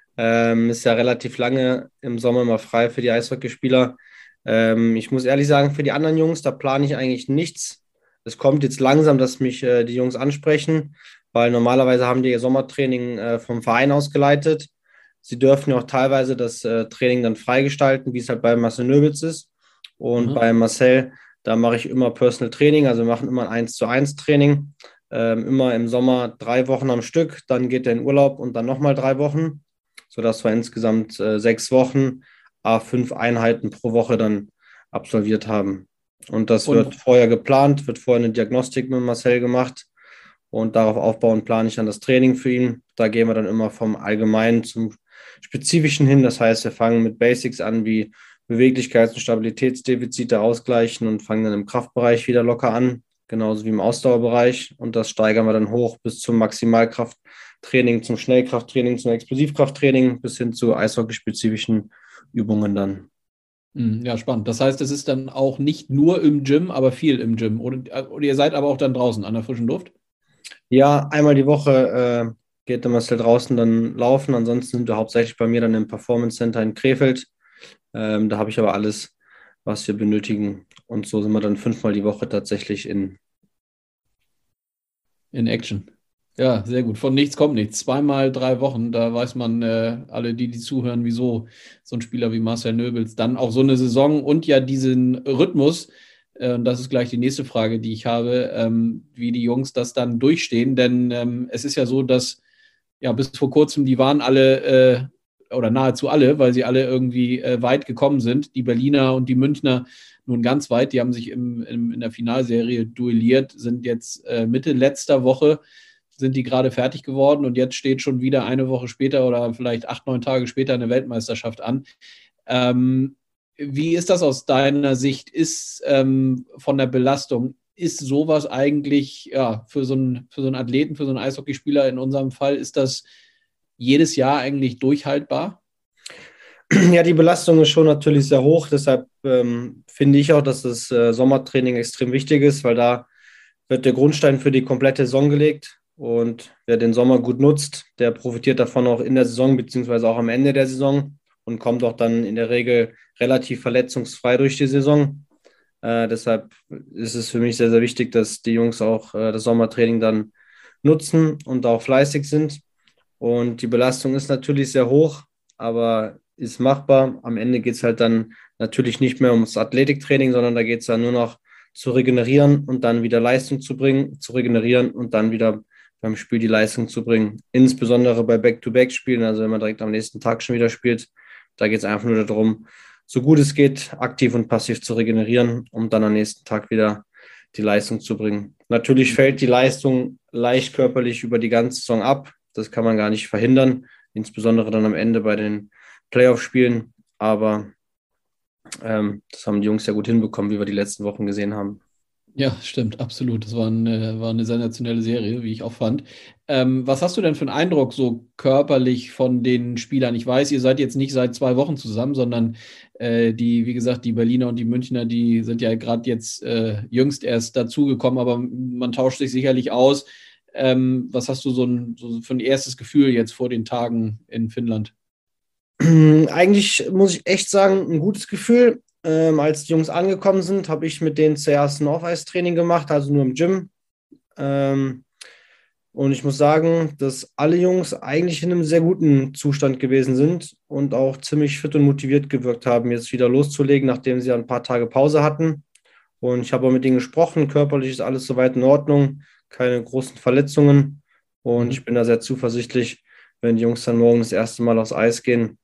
Ist ja relativ lange im Sommer mal frei für die Eishockeyspieler. Ich muss ehrlich sagen, für die anderen Jungs, da plane ich eigentlich nichts. Es kommt jetzt langsam, dass mich die Jungs ansprechen, weil normalerweise haben die ihr Sommertraining vom Verein aus geleitet. Sie dürfen ja auch teilweise das Training dann freigestalten, wie es halt bei Marcel Nöbels ist. Und Mhm. bei Marcel, da mache ich immer Personal Training, also wir machen immer ein 1:1 Training. Immer im Sommer 3 Wochen am Stück, dann geht er in Urlaub und dann nochmal 3 Wochen, sodass wir insgesamt 6 Wochen, 5 Einheiten pro Woche dann absolviert haben. Und das wird Und vorher geplant, wird vorher eine Diagnostik mit Marcel gemacht und darauf aufbauend plane ich dann das Training für ihn. Da gehen wir dann immer vom Allgemeinen zum Spezifischen hin. Das heißt, wir fangen mit Basics an, wie Beweglichkeits- und Stabilitätsdefizite ausgleichen und fangen dann im Kraftbereich wieder locker an, genauso wie im Ausdauerbereich. Und das steigern wir dann hoch bis zum Maximalkrafttraining, zum Schnellkrafttraining, zum Explosivkrafttraining bis hin zu eishockeyspezifischen Übungen dann. ja, spannend. Das heißt, es ist dann auch nicht nur im Gym, aber viel im Gym. Oder ihr seid aber auch dann draußen an der frischen Luft? Ja, einmal die Woche geht der Marcel draußen dann laufen. Ansonsten sind wir hauptsächlich bei mir dann im Performance Center in Krefeld. Da habe ich aber alles, was wir benötigen. Und so sind wir dann 5-mal die Woche tatsächlich In Action. Ja, sehr gut. Von nichts kommt nichts. 2 mal 3 Wochen, da weiß man, alle, die zuhören, wieso so ein Spieler wie Marcel Nöbels dann auch so eine Saison und ja diesen Rhythmus, und das ist gleich die nächste Frage, die ich habe, wie die Jungs das dann durchstehen. Denn es ist ja so, dass ja bis vor kurzem, die waren alle oder nahezu alle, weil sie alle irgendwie weit gekommen sind. Die Berliner und die Münchner nun ganz weit, die haben sich in der Finalserie duelliert, sind jetzt Mitte letzter Woche, sind die gerade fertig geworden und jetzt steht schon wieder eine Woche später oder vielleicht 8, 9 Tage später eine Weltmeisterschaft an. Ähm, Wie ist das aus deiner Sicht? Ist von der Belastung, ist sowas eigentlich ja, für so einen Athleten, für so einen Eishockeyspieler in unserem Fall, ist das jedes Jahr eigentlich durchhaltbar? Ja, die Belastung ist schon natürlich sehr hoch. Deshalb finde ich auch, dass das Sommertraining extrem wichtig ist, weil da wird der Grundstein für die komplette Saison gelegt. Und wer den Sommer gut nutzt, der profitiert davon auch in der Saison beziehungsweise auch am Ende der Saison und kommt auch dann in der Regel relativ verletzungsfrei durch die Saison. Deshalb ist es für mich sehr, sehr wichtig, dass die Jungs auch das Sommertraining dann nutzen und auch fleißig sind. Und die Belastung ist natürlich sehr hoch, aber ist machbar. Am Ende geht es halt dann natürlich nicht mehr ums Athletiktraining, sondern da geht es dann nur noch zu regenerieren und dann wieder Leistung zu bringen, zu regenerieren und dann wieder beim Spiel die Leistung zu bringen. Insbesondere bei Back-to-Back-Spielen, also wenn man direkt am nächsten Tag schon wieder spielt, da geht es einfach nur darum, so gut es geht, aktiv und passiv zu regenerieren, um dann am nächsten Tag wieder die Leistung zu bringen. Natürlich fällt die Leistung leicht körperlich über die ganze Saison ab. Das kann man gar nicht verhindern, insbesondere dann am Ende bei den Playoff-Spielen. Aber das haben die Jungs ja gut hinbekommen, wie wir die letzten Wochen gesehen haben. Ja, stimmt, absolut. Das war eine sensationelle Serie, wie ich auch fand. Was hast du denn für einen Eindruck so körperlich von den Spielern? Ich weiß, ihr seid jetzt nicht seit 2 Wochen zusammen, sondern wie gesagt, die Berliner und die Münchner, die sind ja gerade jetzt jüngst erst dazugekommen, aber man tauscht sich sicherlich aus. Was hast du so für ein erstes Gefühl jetzt vor den Tagen in Finnland? Eigentlich muss ich echt sagen, ein gutes Gefühl. Als die Jungs angekommen sind, habe ich mit denen zuerst ein Off-Ice-Training gemacht, also nur im Gym. Ähm, und ich muss sagen, dass alle Jungs eigentlich in einem sehr guten Zustand gewesen sind und auch ziemlich fit und motiviert gewirkt haben, jetzt wieder loszulegen, nachdem sie ja ein paar Tage Pause hatten. Und ich habe auch mit ihnen gesprochen. Körperlich ist alles soweit in Ordnung, keine großen Verletzungen. Und ich Mhm. bin da sehr zuversichtlich, wenn die Jungs dann morgen das erste Mal aufs Eis gehen,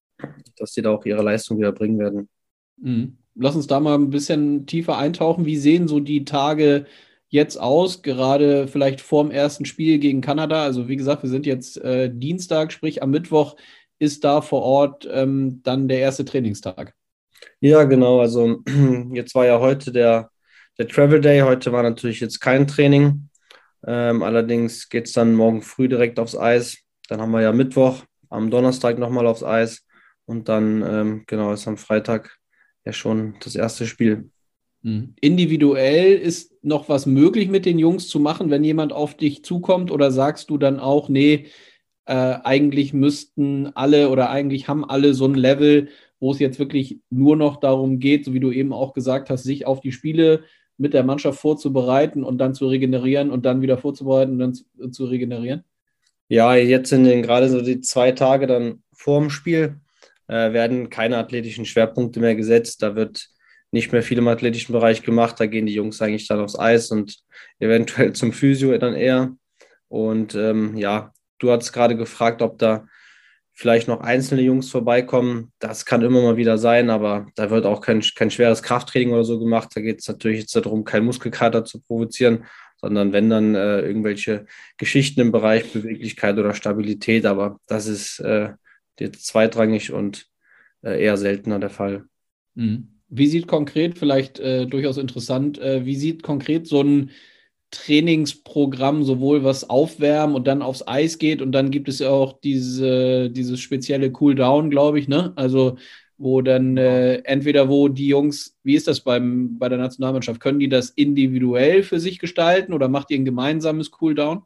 dass sie da auch ihre Leistung wieder bringen werden. Mhm. Lass uns da mal ein bisschen tiefer eintauchen. Wie sehen so die Tage jetzt aus, gerade vielleicht vorm ersten Spiel gegen Kanada? Also wie gesagt, wir sind jetzt Dienstag, sprich am Mittwoch ist da vor Ort dann der erste Trainingstag. Ja, genau. Also jetzt war ja heute der Travel Day. Heute war natürlich jetzt kein Training. Allerdings geht es dann morgen früh direkt aufs Eis. Dann haben wir ja Mittwoch, am Donnerstag nochmal aufs Eis. Und dann, genau, ist am Freitag ja schon das erste Spiel. Mhm. Individuell ist noch was möglich mit den Jungs zu machen, wenn jemand auf dich zukommt, oder sagst du dann auch, nee, eigentlich müssten alle oder eigentlich haben alle so ein Level, wo es jetzt wirklich nur noch darum geht, so wie du eben auch gesagt hast, sich auf die Spiele mit der Mannschaft vorzubereiten und dann zu regenerieren und dann wieder vorzubereiten und dann zu regenerieren? Ja, jetzt in den gerade so die 2 Tage dann vorm Spiel werden keine athletischen Schwerpunkte mehr gesetzt. Da wird nicht mehr viel im athletischen Bereich gemacht. Da gehen die Jungs eigentlich dann aufs Eis und eventuell zum Physio dann eher. Und ja, du hast gerade gefragt, ob da vielleicht noch einzelne Jungs vorbeikommen. Das kann immer mal wieder sein, aber da wird auch kein schweres Krafttraining oder so gemacht. Da geht es natürlich jetzt darum, keinen Muskelkater zu provozieren, sondern wenn dann irgendwelche Geschichten im Bereich Beweglichkeit oder Stabilität. Aber das ist jetzt zweitrangig und eher seltener der Fall. Mhm. Wie sieht konkret, vielleicht durchaus interessant, wie sieht konkret so ein Trainingsprogramm, sowohl was Aufwärmen und dann aufs Eis geht, und dann gibt es ja auch dieses spezielle Cooldown, glaube ich, ne? Also wo dann entweder wo die Jungs, wie ist das bei der Nationalmannschaft, können die das individuell für sich gestalten oder macht ihr ein gemeinsames Cooldown?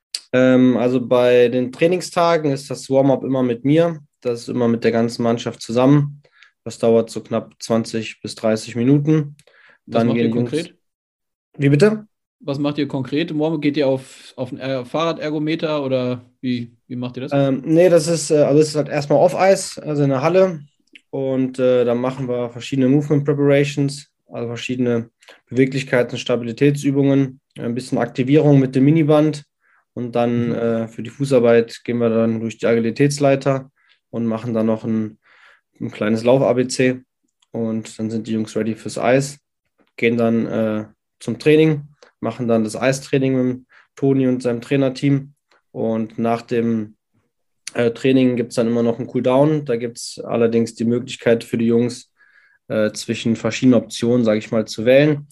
Also bei den Trainingstagen ist das Warm-up immer mit mir. Das ist immer mit der ganzen Mannschaft zusammen. Das dauert so knapp 20 bis 30 Minuten. Was Dann macht gehen ihr die Jungs. konkret? Wie bitte? Was macht ihr konkret? Morgen geht ihr auf ein Fahrradergometer oder wie macht ihr das? Nee, das ist halt erstmal Off-Ice, also in der Halle. Und dann machen wir verschiedene Movement Preparations, also verschiedene Beweglichkeits- und Stabilitätsübungen, ein bisschen Aktivierung mit dem Miniband. Und dann Mhm. für die Fußarbeit gehen wir dann durch die Agilitätsleiter und machen dann noch ein kleines Lauf-ABC. Und dann sind die Jungs ready fürs Eis, gehen dann zum Training, machen dann das Eistraining mit dem Toni und seinem Trainerteam. Und nach dem Training gibt es dann immer noch einen Cooldown. Da gibt es allerdings die Möglichkeit für die Jungs, zwischen verschiedenen Optionen, sage ich mal, zu wählen.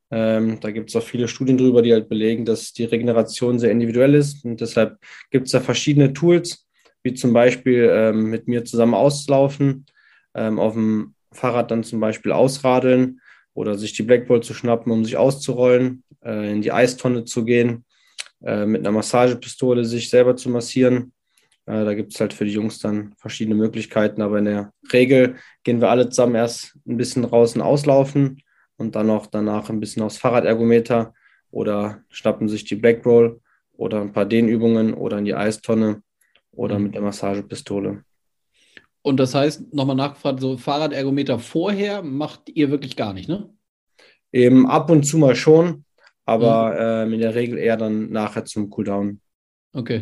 Da gibt es auch viele Studien drüber, die halt belegen, dass die Regeneration sehr individuell ist. Und deshalb gibt es da verschiedene Tools, wie zum Beispiel mit mir zusammen auslaufen, auf dem Fahrrad dann zum Beispiel ausradeln oder sich die Blackball zu schnappen, um sich auszurollen, in die Eistonne zu gehen, mit einer Massagepistole sich selber zu massieren. Da gibt es halt für die Jungs dann verschiedene Möglichkeiten, aber in der Regel gehen wir alle zusammen erst ein bisschen draußen auslaufen und dann auch danach ein bisschen aufs Fahrradergometer oder schnappen sich die Blackroll oder ein paar Dehnübungen oder in die Eistonne oder mit Mhm. der Massagepistole. Und das heißt, nochmal nachgefragt, so Fahrradergometer vorher macht ihr wirklich gar nicht, ne? Eben ab und zu mal schon, Mhm. aber in der Regel eher dann nachher zum Cooldown. Okay.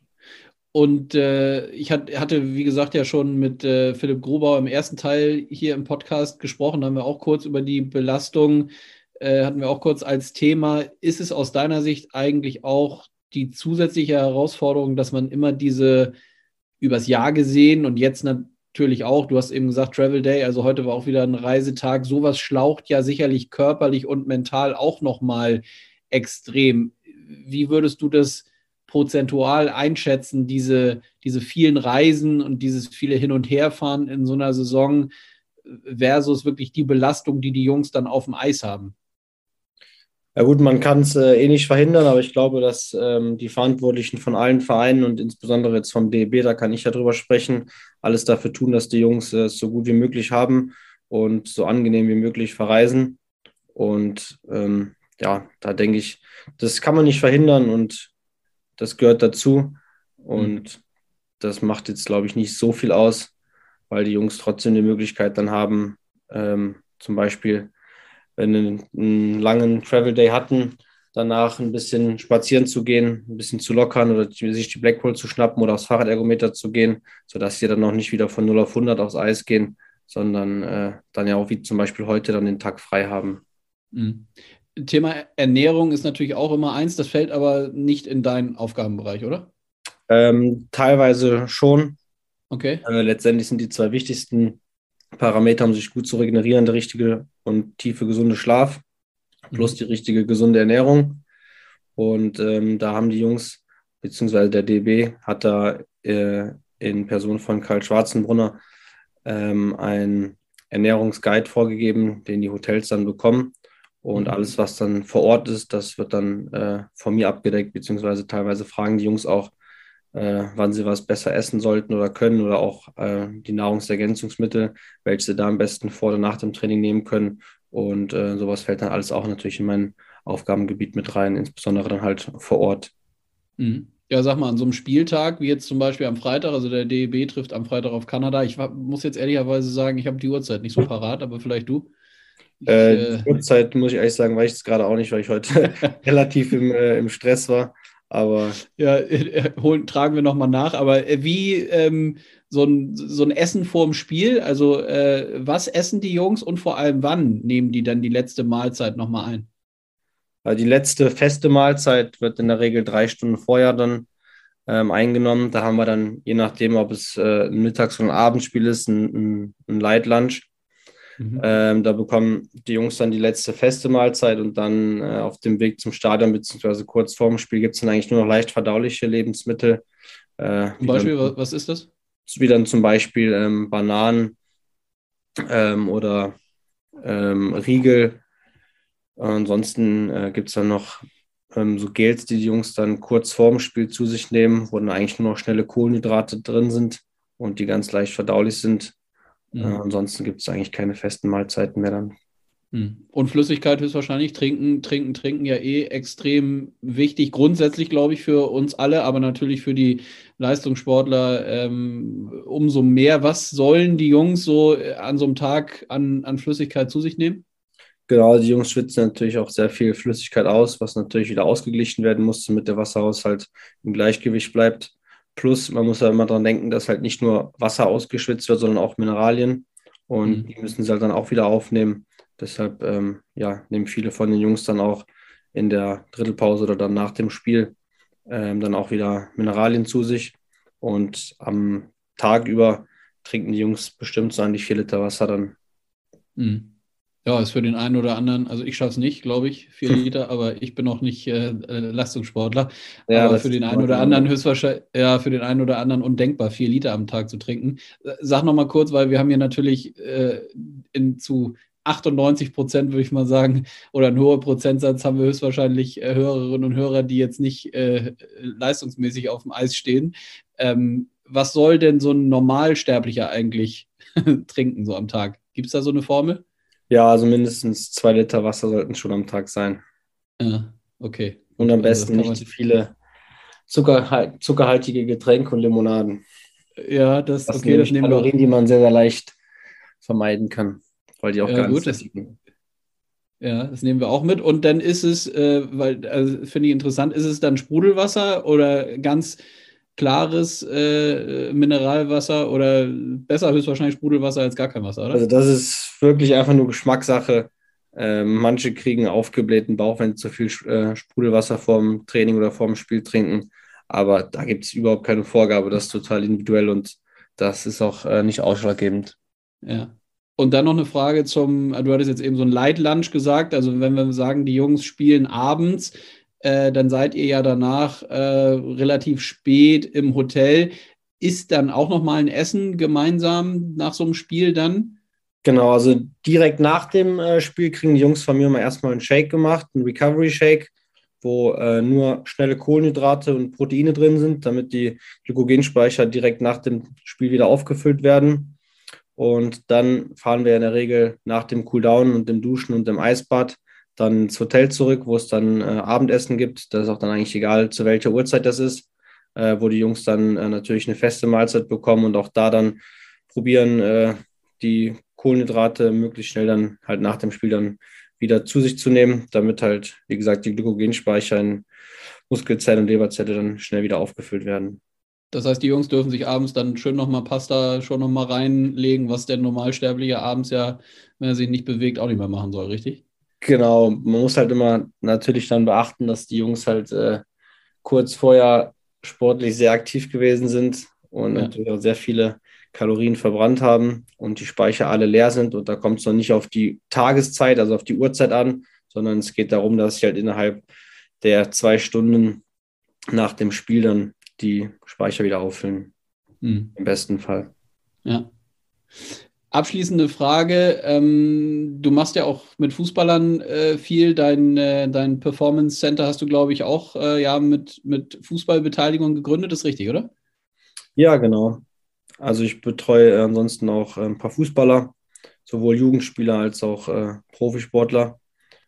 Und ich hatte, wie gesagt, ja schon mit Philipp Grubauer im ersten Teil hier im Podcast gesprochen. Da haben wir auch kurz über die Belastung, hatten wir auch kurz als Thema. Ist es aus deiner Sicht eigentlich auch die zusätzliche Herausforderung, dass man immer diese übers Jahr gesehen und jetzt natürlich auch. Du hast eben gesagt, Travel Day, also heute war auch wieder ein Reisetag. Sowas schlaucht ja sicherlich körperlich und mental auch nochmal extrem. Wie würdest du das prozentual einschätzen, diese vielen Reisen und dieses viele Hin- und Herfahren in so einer Saison versus wirklich die Belastung, die die Jungs dann auf dem Eis haben? Ja gut, man kann es nicht verhindern, aber ich glaube, dass die Verantwortlichen von allen Vereinen und insbesondere jetzt vom DEB, da kann ich ja drüber sprechen, alles dafür tun, dass die Jungs es so gut wie möglich haben und so angenehm wie möglich verreisen. Und ja, da denke ich, das kann man nicht verhindern und das gehört dazu. Und das macht jetzt, glaube ich, nicht so viel aus, weil die Jungs trotzdem die Möglichkeit dann haben, zum Beispiel, wenn sie einen langen Travel Day hatten, danach ein bisschen spazieren zu gehen, ein bisschen zu lockern oder sich die Blackpool zu schnappen oder aufs Fahrradergometer zu gehen, sodass sie dann noch nicht wieder von 0 auf 100 aufs Eis gehen, sondern dann ja auch wie zum Beispiel heute dann den Tag frei haben. Mhm. Thema Ernährung ist natürlich auch immer eins, das fällt aber nicht in deinen Aufgabenbereich, oder? Teilweise schon. Okay. Letztendlich sind die zwei wichtigsten Parameter, um sich gut zu regenerieren, der richtige und tiefe, gesunde Schlaf plus die richtige, gesunde Ernährung. Und da haben die Jungs, beziehungsweise der DB, hat da in Person von Karl Schwarzenbrunner einen Ernährungsguide vorgegeben, den die Hotels dann bekommen. Und alles, was dann vor Ort ist, das wird dann von mir abgedeckt, beziehungsweise teilweise fragen die Jungs auch, wann sie was besser essen sollten oder können oder auch die Nahrungsergänzungsmittel, welche sie da am besten vor oder nach dem Training nehmen können. Und sowas fällt dann alles auch natürlich in mein Aufgabengebiet mit rein, insbesondere dann halt vor Ort. Mhm. Ja, sag mal, an so einem Spieltag, wie jetzt zum Beispiel am Freitag, also der DEB trifft am Freitag auf Kanada. Muss jetzt ehrlicherweise sagen, ich habe die Uhrzeit nicht so parat, aber vielleicht du. Die Uhrzeit muss ich ehrlich sagen, weiß ich es gerade auch nicht, weil ich heute relativ im Stress war. Aber ja, tragen wir nochmal nach. Aber wie so ein Essen vorm Spiel, also was essen die Jungs und vor allem wann nehmen die dann die letzte Mahlzeit nochmal ein? die letzte feste Mahlzeit wird in der Regel 3 Stunden vorher dann eingenommen. Da haben wir dann, je nachdem, ob es ein Mittags- oder ein Abendspiel ist, ein Light Lunch. Da bekommen die Jungs dann die letzte feste Mahlzeit und dann auf dem Weg zum Stadion beziehungsweise kurz vorm Spiel gibt es dann eigentlich nur noch leicht verdauliche Lebensmittel. Zum Beispiel, was ist das? Wie dann zum Beispiel Bananen oder Riegel. Ansonsten gibt es dann noch so Gels, die Jungs dann kurz vorm Spiel zu sich nehmen, wo dann eigentlich nur noch schnelle Kohlenhydrate drin sind und die ganz leicht verdaulich sind. Ansonsten gibt es eigentlich keine festen Mahlzeiten mehr dann. Und Flüssigkeit höchstwahrscheinlich. Trinken ja extrem wichtig. Grundsätzlich, glaube ich, für uns alle, aber natürlich für die Leistungssportler umso mehr. Was sollen die Jungs so an so einem Tag an Flüssigkeit zu sich nehmen? Genau, die Jungs schwitzen natürlich auch sehr viel Flüssigkeit aus, was natürlich wieder ausgeglichen werden muss, damit der Wasserhaushalt im Gleichgewicht bleibt. Plus, man muss ja immer daran denken, dass halt nicht nur Wasser ausgeschwitzt wird, sondern auch Mineralien. Und die müssen sie halt dann auch wieder aufnehmen. Deshalb ja, nehmen viele von den Jungs dann auch in der Drittelpause oder dann nach dem Spiel dann auch wieder Mineralien zu sich. Und am Tag über trinken die Jungs bestimmt so an die 4 Liter Wasser dann. Ja, ist für den einen oder anderen, also ich schaffe es nicht, glaube ich, 4 Liter, aber ich bin auch nicht Leistungssportler. Ja, aber für den einen oder anderen höchstwahrscheinlich, ja, für den einen oder anderen undenkbar, 4 Liter am Tag zu trinken. Sag noch mal kurz, weil wir haben hier natürlich zu 98%, würde ich mal sagen, oder ein hoher Prozentsatz haben wir höchstwahrscheinlich Hörerinnen und Hörer, die jetzt nicht leistungsmäßig auf dem Eis stehen. Was soll denn so ein Normalsterblicher eigentlich trinken so am Tag? Gibt es da so eine Formel? Ja, also mindestens 2 Liter Wasser sollten schon am Tag sein. Ja, okay. Und Gut, am besten also nicht zu viele zuckerhaltige Getränke und Limonaden. Ja, Das sind okay, das nämlich nehmen wir. Kalorien, die man sehr, sehr leicht vermeiden kann, weil die auch Ja, gar nicht gut, sättigen. das nehmen wir auch mit. Und dann ist es, also finde ich interessant, ist es dann Sprudelwasser oder ganz klares Mineralwasser oder besser höchstwahrscheinlich Sprudelwasser als gar kein Wasser, oder? Also das ist wirklich einfach nur Geschmackssache. Manche kriegen aufgeblähten Bauch, wenn sie zu viel Sprudelwasser vorm Training oder vorm Spiel trinken. Aber da gibt es überhaupt keine Vorgabe. Das ist total individuell und das ist auch nicht ausschlaggebend. Ja. Und dann noch eine Frage du hattest jetzt eben so ein Light Lunch gesagt, also wenn wir sagen, die Jungs spielen abends, dann seid ihr ja danach relativ spät im Hotel. Ist dann auch noch mal ein Essen gemeinsam nach so einem Spiel dann? Genau, also direkt nach dem Spiel kriegen die Jungs von mir mal erstmal einen Shake gemacht, einen Recovery Shake, wo nur schnelle Kohlenhydrate und Proteine drin sind, damit die Glykogenspeicher direkt nach dem Spiel wieder aufgefüllt werden. Und dann fahren wir in der Regel nach dem Cooldown und dem Duschen und dem Eisbad dann ins Hotel zurück, wo es dann Abendessen gibt. Das ist auch dann eigentlich egal, zu welcher Uhrzeit das ist, wo die Jungs dann natürlich eine feste Mahlzeit bekommen und auch da dann probieren, die Kohlenhydrate möglichst schnell dann halt nach dem Spiel dann wieder zu sich zu nehmen, damit halt, wie gesagt, die Glykogenspeicher in Muskelzelle und Leberzelle dann schnell wieder aufgefüllt werden. Das heißt, die Jungs dürfen sich abends dann schön nochmal Pasta schon nochmal reinlegen, was der Normalsterbliche abends ja, wenn er sich nicht bewegt, auch nicht mehr machen soll, richtig? Genau, man muss halt immer natürlich dann beachten, dass die Jungs halt kurz vorher sportlich sehr aktiv gewesen sind und natürlich auch sehr viele Kalorien verbrannt haben und die Speicher alle leer sind. Und da kommt es noch nicht auf die Tageszeit, also auf die Uhrzeit an, sondern es geht darum, dass sich halt innerhalb der 2 Stunden nach dem Spiel dann die Speicher wieder auffüllen. Im besten Fall. Ja. Abschließende Frage. Du machst ja auch mit Fußballern viel. Dein Performance Center hast du, glaube ich, auch mit Fußballbeteiligung gegründet. Ist richtig, oder? Ja, genau. Also ich betreue ansonsten auch ein paar Fußballer, sowohl Jugendspieler als auch Profisportler.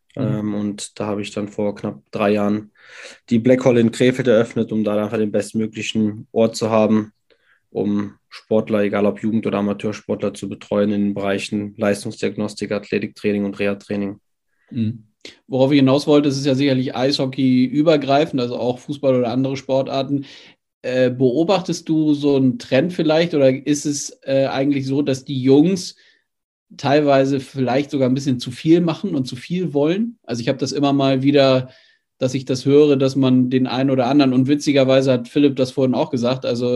Und da habe ich dann vor knapp 3 Jahren die Black Hole in Krefeld eröffnet, um da einfach den bestmöglichen Ort zu haben, um Sportler, egal ob Jugend- oder Amateursportler, zu betreuen in den Bereichen Leistungsdiagnostik, Athletiktraining und Reha-Training. Worauf ich hinaus wollte, es ist ja sicherlich Eishockey übergreifend, also auch Fußball oder andere Sportarten. Beobachtest du so einen Trend vielleicht oder ist es eigentlich so, dass die Jungs teilweise vielleicht sogar ein bisschen zu viel machen und zu viel wollen? Also ich habe das immer mal wieder, dass ich das höre, dass man den einen oder anderen, und witzigerweise hat Philipp das vorhin auch gesagt, also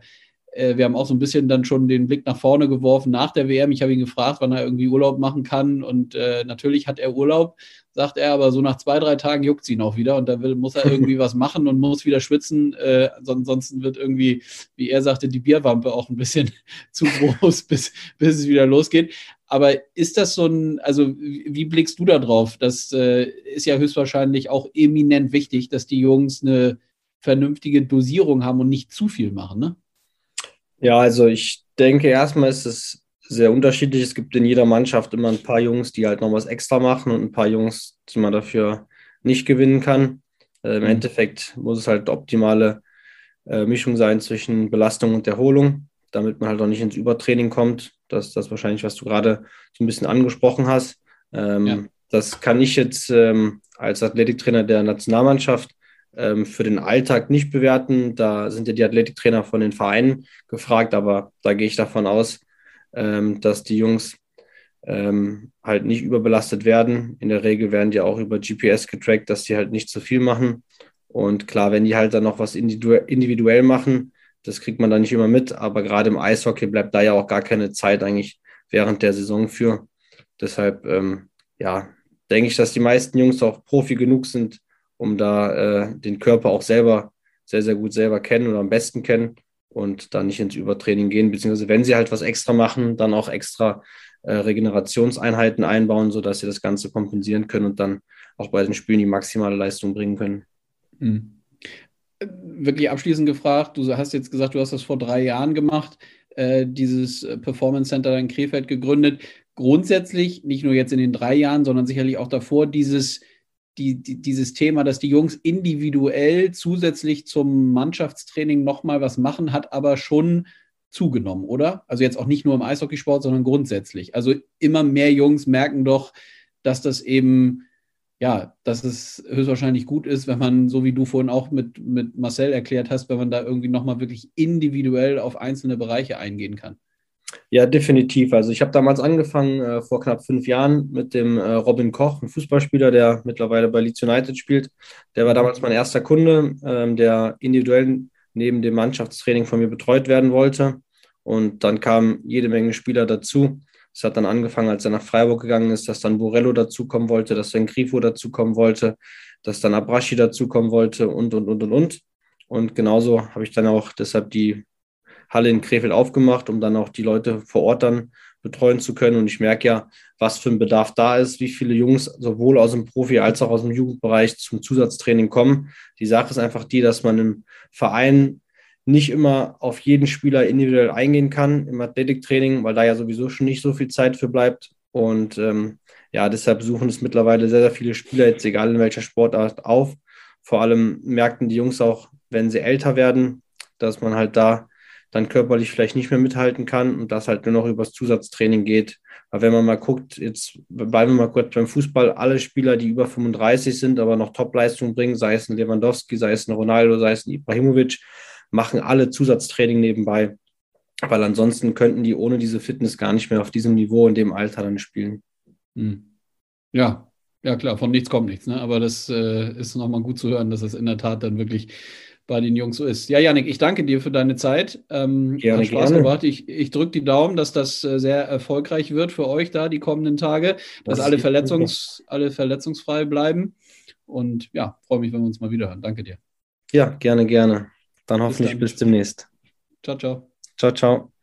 wir haben auch so ein bisschen dann schon den Blick nach vorne geworfen nach der WM. Ich habe ihn gefragt, wann er irgendwie Urlaub machen kann und natürlich hat er Urlaub, sagt er, aber so nach 2, 3 Tagen juckt es ihn auch wieder und da muss er irgendwie was machen und muss wieder schwitzen. Ansonsten wird irgendwie, wie er sagte, die Bierwampe auch ein bisschen zu groß, bis es wieder losgeht. Aber ist das also wie blickst du da drauf? Das ist ja höchstwahrscheinlich auch eminent wichtig, dass die Jungs eine vernünftige Dosierung haben und nicht zu viel machen, ne? Ja, also ich denke, erstmal ist es sehr unterschiedlich. Es gibt in jeder Mannschaft immer ein paar Jungs, die halt noch was extra machen und ein paar Jungs, die man dafür nicht gewinnen kann. Im Endeffekt muss es halt optimale Mischung sein zwischen Belastung und Erholung, damit man halt auch nicht ins Übertraining kommt. Das ist das wahrscheinlich, was du gerade so ein bisschen angesprochen hast. Das kann ich jetzt als Athletiktrainer der Nationalmannschaft für den Alltag nicht bewerten. Da sind ja die Athletiktrainer von den Vereinen gefragt, aber da gehe ich davon aus, dass die Jungs halt nicht überbelastet werden. In der Regel werden die auch über GPS getrackt, dass die halt nicht zu viel machen. Und klar, wenn die halt dann noch was individuell machen, das kriegt man dann nicht immer mit, aber gerade im Eishockey bleibt da ja auch gar keine Zeit eigentlich während der Saison für. Deshalb, denke ich, dass die meisten Jungs auch Profi genug sind, um da den Körper auch selber sehr, sehr gut selber kennen oder am besten kennen und dann nicht ins Übertraining gehen, beziehungsweise wenn sie halt was extra machen, dann auch extra Regenerationseinheiten einbauen, sodass sie das Ganze kompensieren können und dann auch bei den Spielen die maximale Leistung bringen können. Wirklich abschließend gefragt, du hast jetzt gesagt, du hast das vor 3 Jahren gemacht, dieses Performance Center in Krefeld gegründet. Grundsätzlich, nicht nur jetzt in den 3 Jahren, sondern sicherlich auch davor, dieses Thema, dass die Jungs individuell zusätzlich zum Mannschaftstraining nochmal was machen, hat aber schon zugenommen, oder? Also jetzt auch nicht nur im Eishockeysport, sondern grundsätzlich. Also immer mehr Jungs merken doch, dass das eben, ja, dass es höchstwahrscheinlich gut ist, wenn man, so wie du vorhin auch mit Marcel erklärt hast, wenn man da irgendwie nochmal wirklich individuell auf einzelne Bereiche eingehen kann. Ja, definitiv. Also ich habe damals angefangen, vor knapp 5 Jahren, mit dem Robin Koch, ein Fußballspieler, der mittlerweile bei Leeds United spielt. Der war damals mein erster Kunde, der individuell neben dem Mannschaftstraining von mir betreut werden wollte. Und dann kamen jede Menge Spieler dazu. Es hat dann angefangen, als er nach Freiburg gegangen ist, dass dann Borello dazukommen wollte, dass dann Grifo dazukommen wollte, dass dann Abraschi dazukommen wollte und. Und genauso habe ich dann auch deshalb die Halle in Krefeld aufgemacht, um dann auch die Leute vor Ort dann betreuen zu können. Und ich merke ja, was für ein Bedarf da ist, wie viele Jungs sowohl aus dem Profi- als auch aus dem Jugendbereich zum Zusatztraining kommen. Die Sache ist einfach die, dass man im Verein nicht immer auf jeden Spieler individuell eingehen kann im Athletiktraining, weil da ja sowieso schon nicht so viel Zeit für bleibt. Und ja, deshalb suchen es mittlerweile sehr, sehr viele Spieler, jetzt egal in welcher Sportart, auf. Vor allem merkten die Jungs auch, wenn sie älter werden, dass man halt da dann körperlich vielleicht nicht mehr mithalten kann und das halt nur noch übers Zusatztraining geht. Aber wenn man mal guckt, jetzt bleiben wir mal kurz beim Fußball, alle Spieler, die über 35 sind, aber noch Top-Leistung bringen, sei es ein Lewandowski, sei es ein Ronaldo, sei es ein Ibrahimovic, machen alle Zusatztraining nebenbei, weil ansonsten könnten die ohne diese Fitness gar nicht mehr auf diesem Niveau in dem Alter dann spielen. Ja, ja klar, von nichts kommt nichts, ne? Aber das ist nochmal gut zu hören, dass das in der Tat dann wirklich bei den Jungs so ist. Ja, Jannik, ich danke dir für deine Zeit. Hat Spaß gemacht. Ich drücke die Daumen, dass das sehr erfolgreich wird für euch da die kommenden Tage, dass alle verletzungsfrei bleiben. Und ja, freue mich, wenn wir uns mal wieder hören. Danke dir. Ja, gerne. Dann hoffentlich bis demnächst. Ciao, ciao. Ciao, ciao.